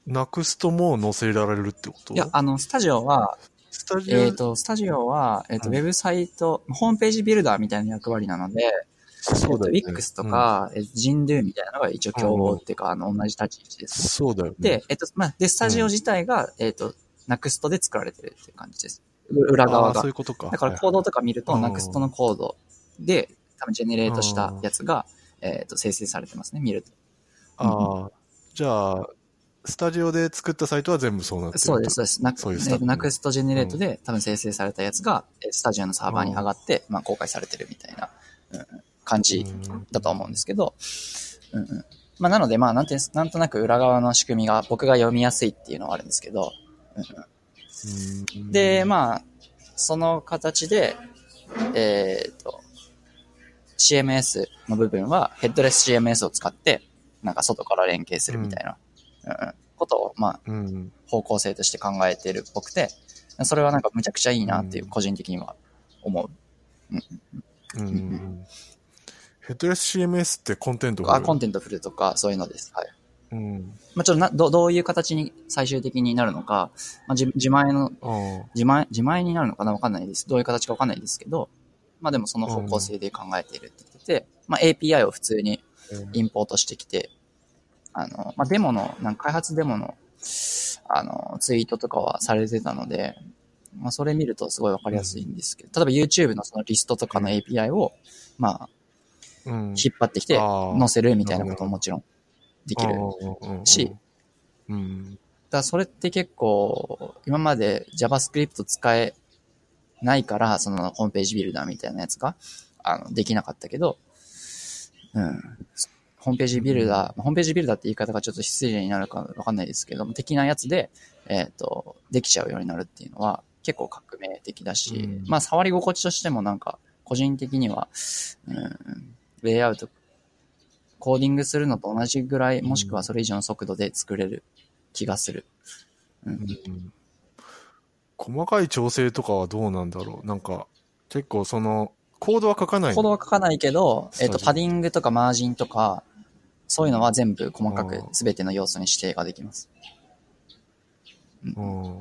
ナクストも載せられるってこと？ いや、あの、スタジオは、スタジオ、えっ、ー、と、スタジオは、えっ、ー、と、うん、ウェブサイト、ホームページビルダーみたいな役割なので、そうだよね。えっと、Wix とか、うん、Jindoo みたいなのが一応競合っていうか、うん、あの、同じ立ち位置です。 そうだよね。 で、えっと、まあ、で、スタジオ自体が、うん、えっと、Next で作られてるっていう感じです。裏側が。 そういうことか。 だからコードとか見ると、Next のコードで、多分ジェネレートしたやつが、えっと、生成されてますね、見ると。 ああ、うん、じゃあ、スタジオで作ったサイトは全部そうなってる。 そうです、そうです。なそういうスタジオ。Next ジェネレートで多分生成されたやつが、スタジオのサーバーに上がって、まあ、公開されてるみたいな、うん、感じだと思うんですけど、うんうん、まあ、なので、まあ、なんて、なんとなく裏側の仕組みが僕が読みやすいっていうのはあるんですけど、うん、で、まあ、その形で、えっと、シーエムエス の部分はヘッドレス シーエムエス を使って、なんか外から連携するみたいな、うんうん、ことを、まあ、うん、方向性として考えてるっぽくて、それはなんかむちゃくちゃいいなっていう、個人的には思う。うんうんうん、 ヘッドレス シーエムエス ってコンテントフル？ あ、コンテントフルとかそういうのです。はい。 うん、 まあ、ちょっとなどどういう形に最終的になるのか、まあ、自, 自前の自前自前になるのかなわかんないです。どういう形かわかんないですけど、まあでもその方向性で考えているって言ってて、うん、まあ エーピーアイ を普通にインポートしてきて、うん、あのまあデモのなんか開発デモのあのツイートとかはされてたので、まあそれ見るとすごいわかりやすいんですけど、うん、例えば YouTube のそのリストとかの エーピーアイ をまあ、うん、引っ張ってきて載せるみたいなことももちろんできるし、うん、だからそれって結構今まで JavaScript 使えないからそのホームページビルダーみたいなやつがあのできなかったけど、うん、ホームページビルダー、ホームページビルダーって言い方がちょっと失礼になるかわかんないですけども、的なやつでえっとできちゃうようになるっていうのは結構革命的だし、うん、まあ触り心地としてもなんか個人的には、うん、レイアウトコーディングするのと同じぐらい、もしくはそれ以上の速度で作れる気がする。うんうん、 細かい調整とかはどうなんだろう。なんか結構そのコードは書かない。 コードは書かないけど、えっとパディングとかマージンとかそういうのは全部細かくすべての要素に指定ができます。うん、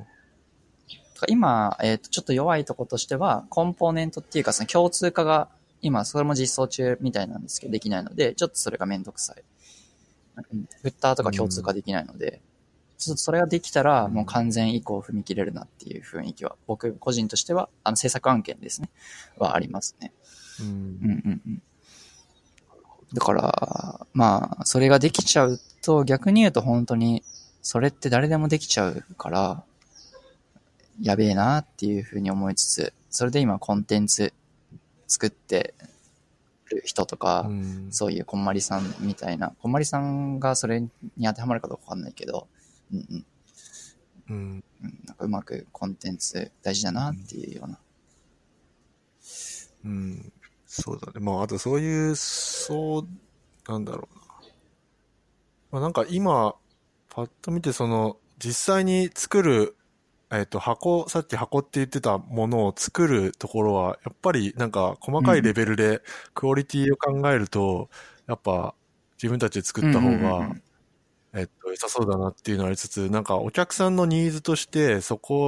今、えっとちょっと弱いところとしてはコンポーネントっていうかその共通化が今、それも実装中みたいなんですけど、できないので、ちょっとそれがめんどくさい。フッターとか共通化できないので、うん、ちょっとそれができたら、もう完全移行を踏み切れるなっていう雰囲気は、僕個人としては、あの制作案件ですね、はありますね。うん、うんうんうん。だから、まあ、それができちゃうと、逆に言うと本当に、それって誰でもできちゃうから、やべえなっていうふうに思いつつ、それで今コンテンツ、作ってる人とか、うん、そういうこんまりさんみたいな、こんまりさんがそれに当てはまるかどうかわかんないけど、うんうんうん、なんかうまくコンテンツ大事だなっていうような。 うん、うん、そうだね。まああとそういうそうなんだろうな。まあなんか今パッと見てその実際に作るえっと、箱、さっき箱って言ってたものを作るところは、やっぱりなんか細かいレベルでクオリティを考えると、やっぱ自分たちで作った方が、えっと、良さそうだなっていうのはありつつ、なんかお客さんのニーズとしてそこ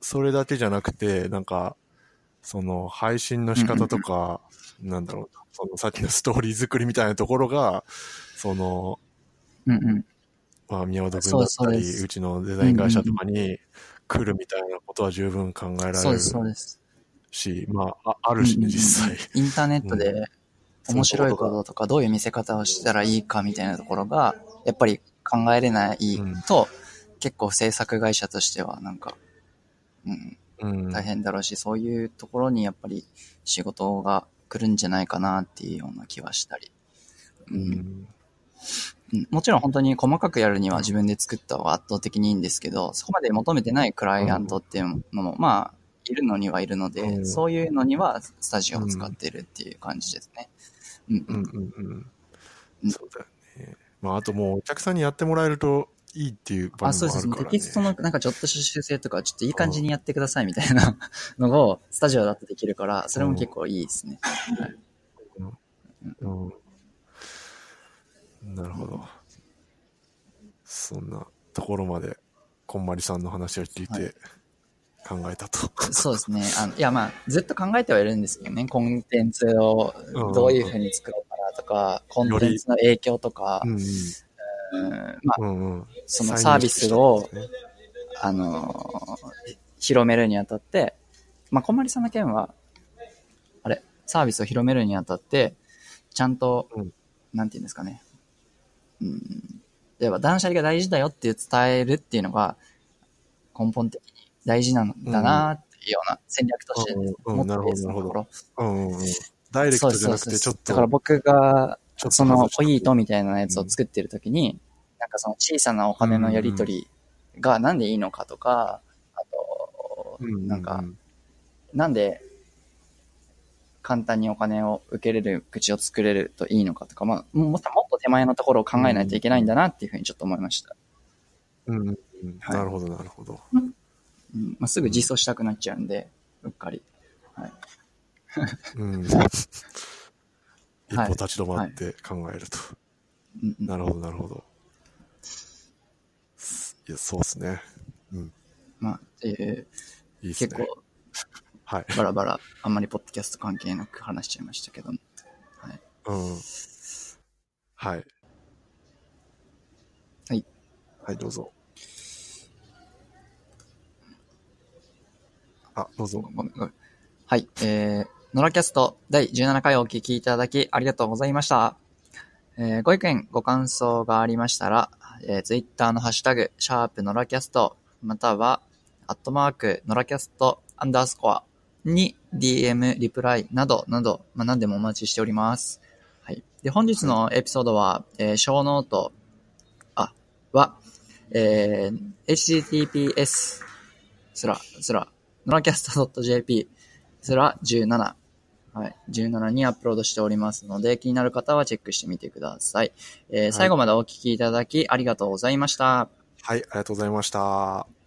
それだけじゃなくて、なんか、その配信の仕方とか、うんうん、なんだろう、そのさっきのストーリー作りみたいなところが、その、 うんうん、 まあ、宮本くんだったり、う, うちのデザイン会社とかに来るみたいなことは十分考えられる。そうです、そうです。し、まあ、あ, あるしね、うんうん、実際。 インターネットで面白いこととか、どういう見せ方をしたらいいかみたいなところが、やっぱり考えれないと、うん、結構制作会社としてはなんか、うんうん、大変だろうし、そういうところにやっぱり仕事が来るんじゃないかなっていうような気はしたり。うんうん、もちろん本当に細かくやるには自分で作った方が圧倒的にいいんですけど、そこまで求めてないクライアントっていうのも、まあ、いるのにはいるので、うん、そういうのにはスタジオを使ってるっていう感じですね。 うんうんうんうん。そうだよね。まあ、あともうお客さんにやってもらえるといいっていう場合もあるからね。あ、そうですね。 テキストのなんかちょっとした修正とか、ちょっといい感じにやってくださいみたいなのをスタジオだとできるから、それも結構いいですね。はい、 うんうんなるほど。そんなところまで、こんまりさんの話を聞いて考えたと。 はい、そうですね。あのいや、まあ、ずっと考えてはいるんですけどね。コンテンツをどういうふうに作ろうかなとか、コンテンツの影響とか、うんうん、まあ、うんうん、そのサービスを、ね、あのー、広めるにあたって、まあ、こんまりさんの件は、あれ、サービスを広めるにあたって、ちゃんと、うん、なんていうんですかね。うん、例えば断捨離が大事だよっていう伝えるっていうのが根本的に大事なんだなっていうような戦略として持っているところ。 ダイレクトじゃなくてちょっと。 だから僕がそのポイートみたいなやつを作ってるときに、うん、なんかその小さなお金のやり取りがなんでいいのかとか、あと、なんか、なんで簡単にお金を受けれる口を作れるといいのかとか、まあ、もっと手前のところを考えないといけないんだなっていうふうにちょっと思いました。 うん、うんはい、なるほど、なるほど。 うんまあ、すぐ実装したくなっちゃうんで、うっかり。はい。 うん、一歩立ち止まって考えると。はいはい、なるほど、なるほど。いや、そうですね。うん。 まあ、っていう、いいっすね、結構、 はい、 バラバラ、あんまりポッドキャスト関係なく話しちゃいましたけども。はい。 うん。はい。 はい。 はい、どうぞ。あ、どうぞ。 ごめんごめん。はい。えー、ノラキャストだいじゅうななかいをお聞きいただきありがとうございました。えー、ご意見、ご感想がありましたら、えー、ツイッターのハッシュタグ、シャープノラキャスト、または、アットマーク、ノラキャスト、アンダースコアに ディーエム、リプライなどなど、まあ、何でもお待ちしております。はい。で、本日のエピソードは、えー、ショーノート、あ、は、えー、エイチティーティーピーエス すら、すら、ノラキャスト ドットジェーピー すらじゅうなな、はい、じゅうななにアップロードしておりますので、気になる方はチェックしてみてください。えーはい、最後までお聞きいただきありがとうございました。 はい、ありがとうございました。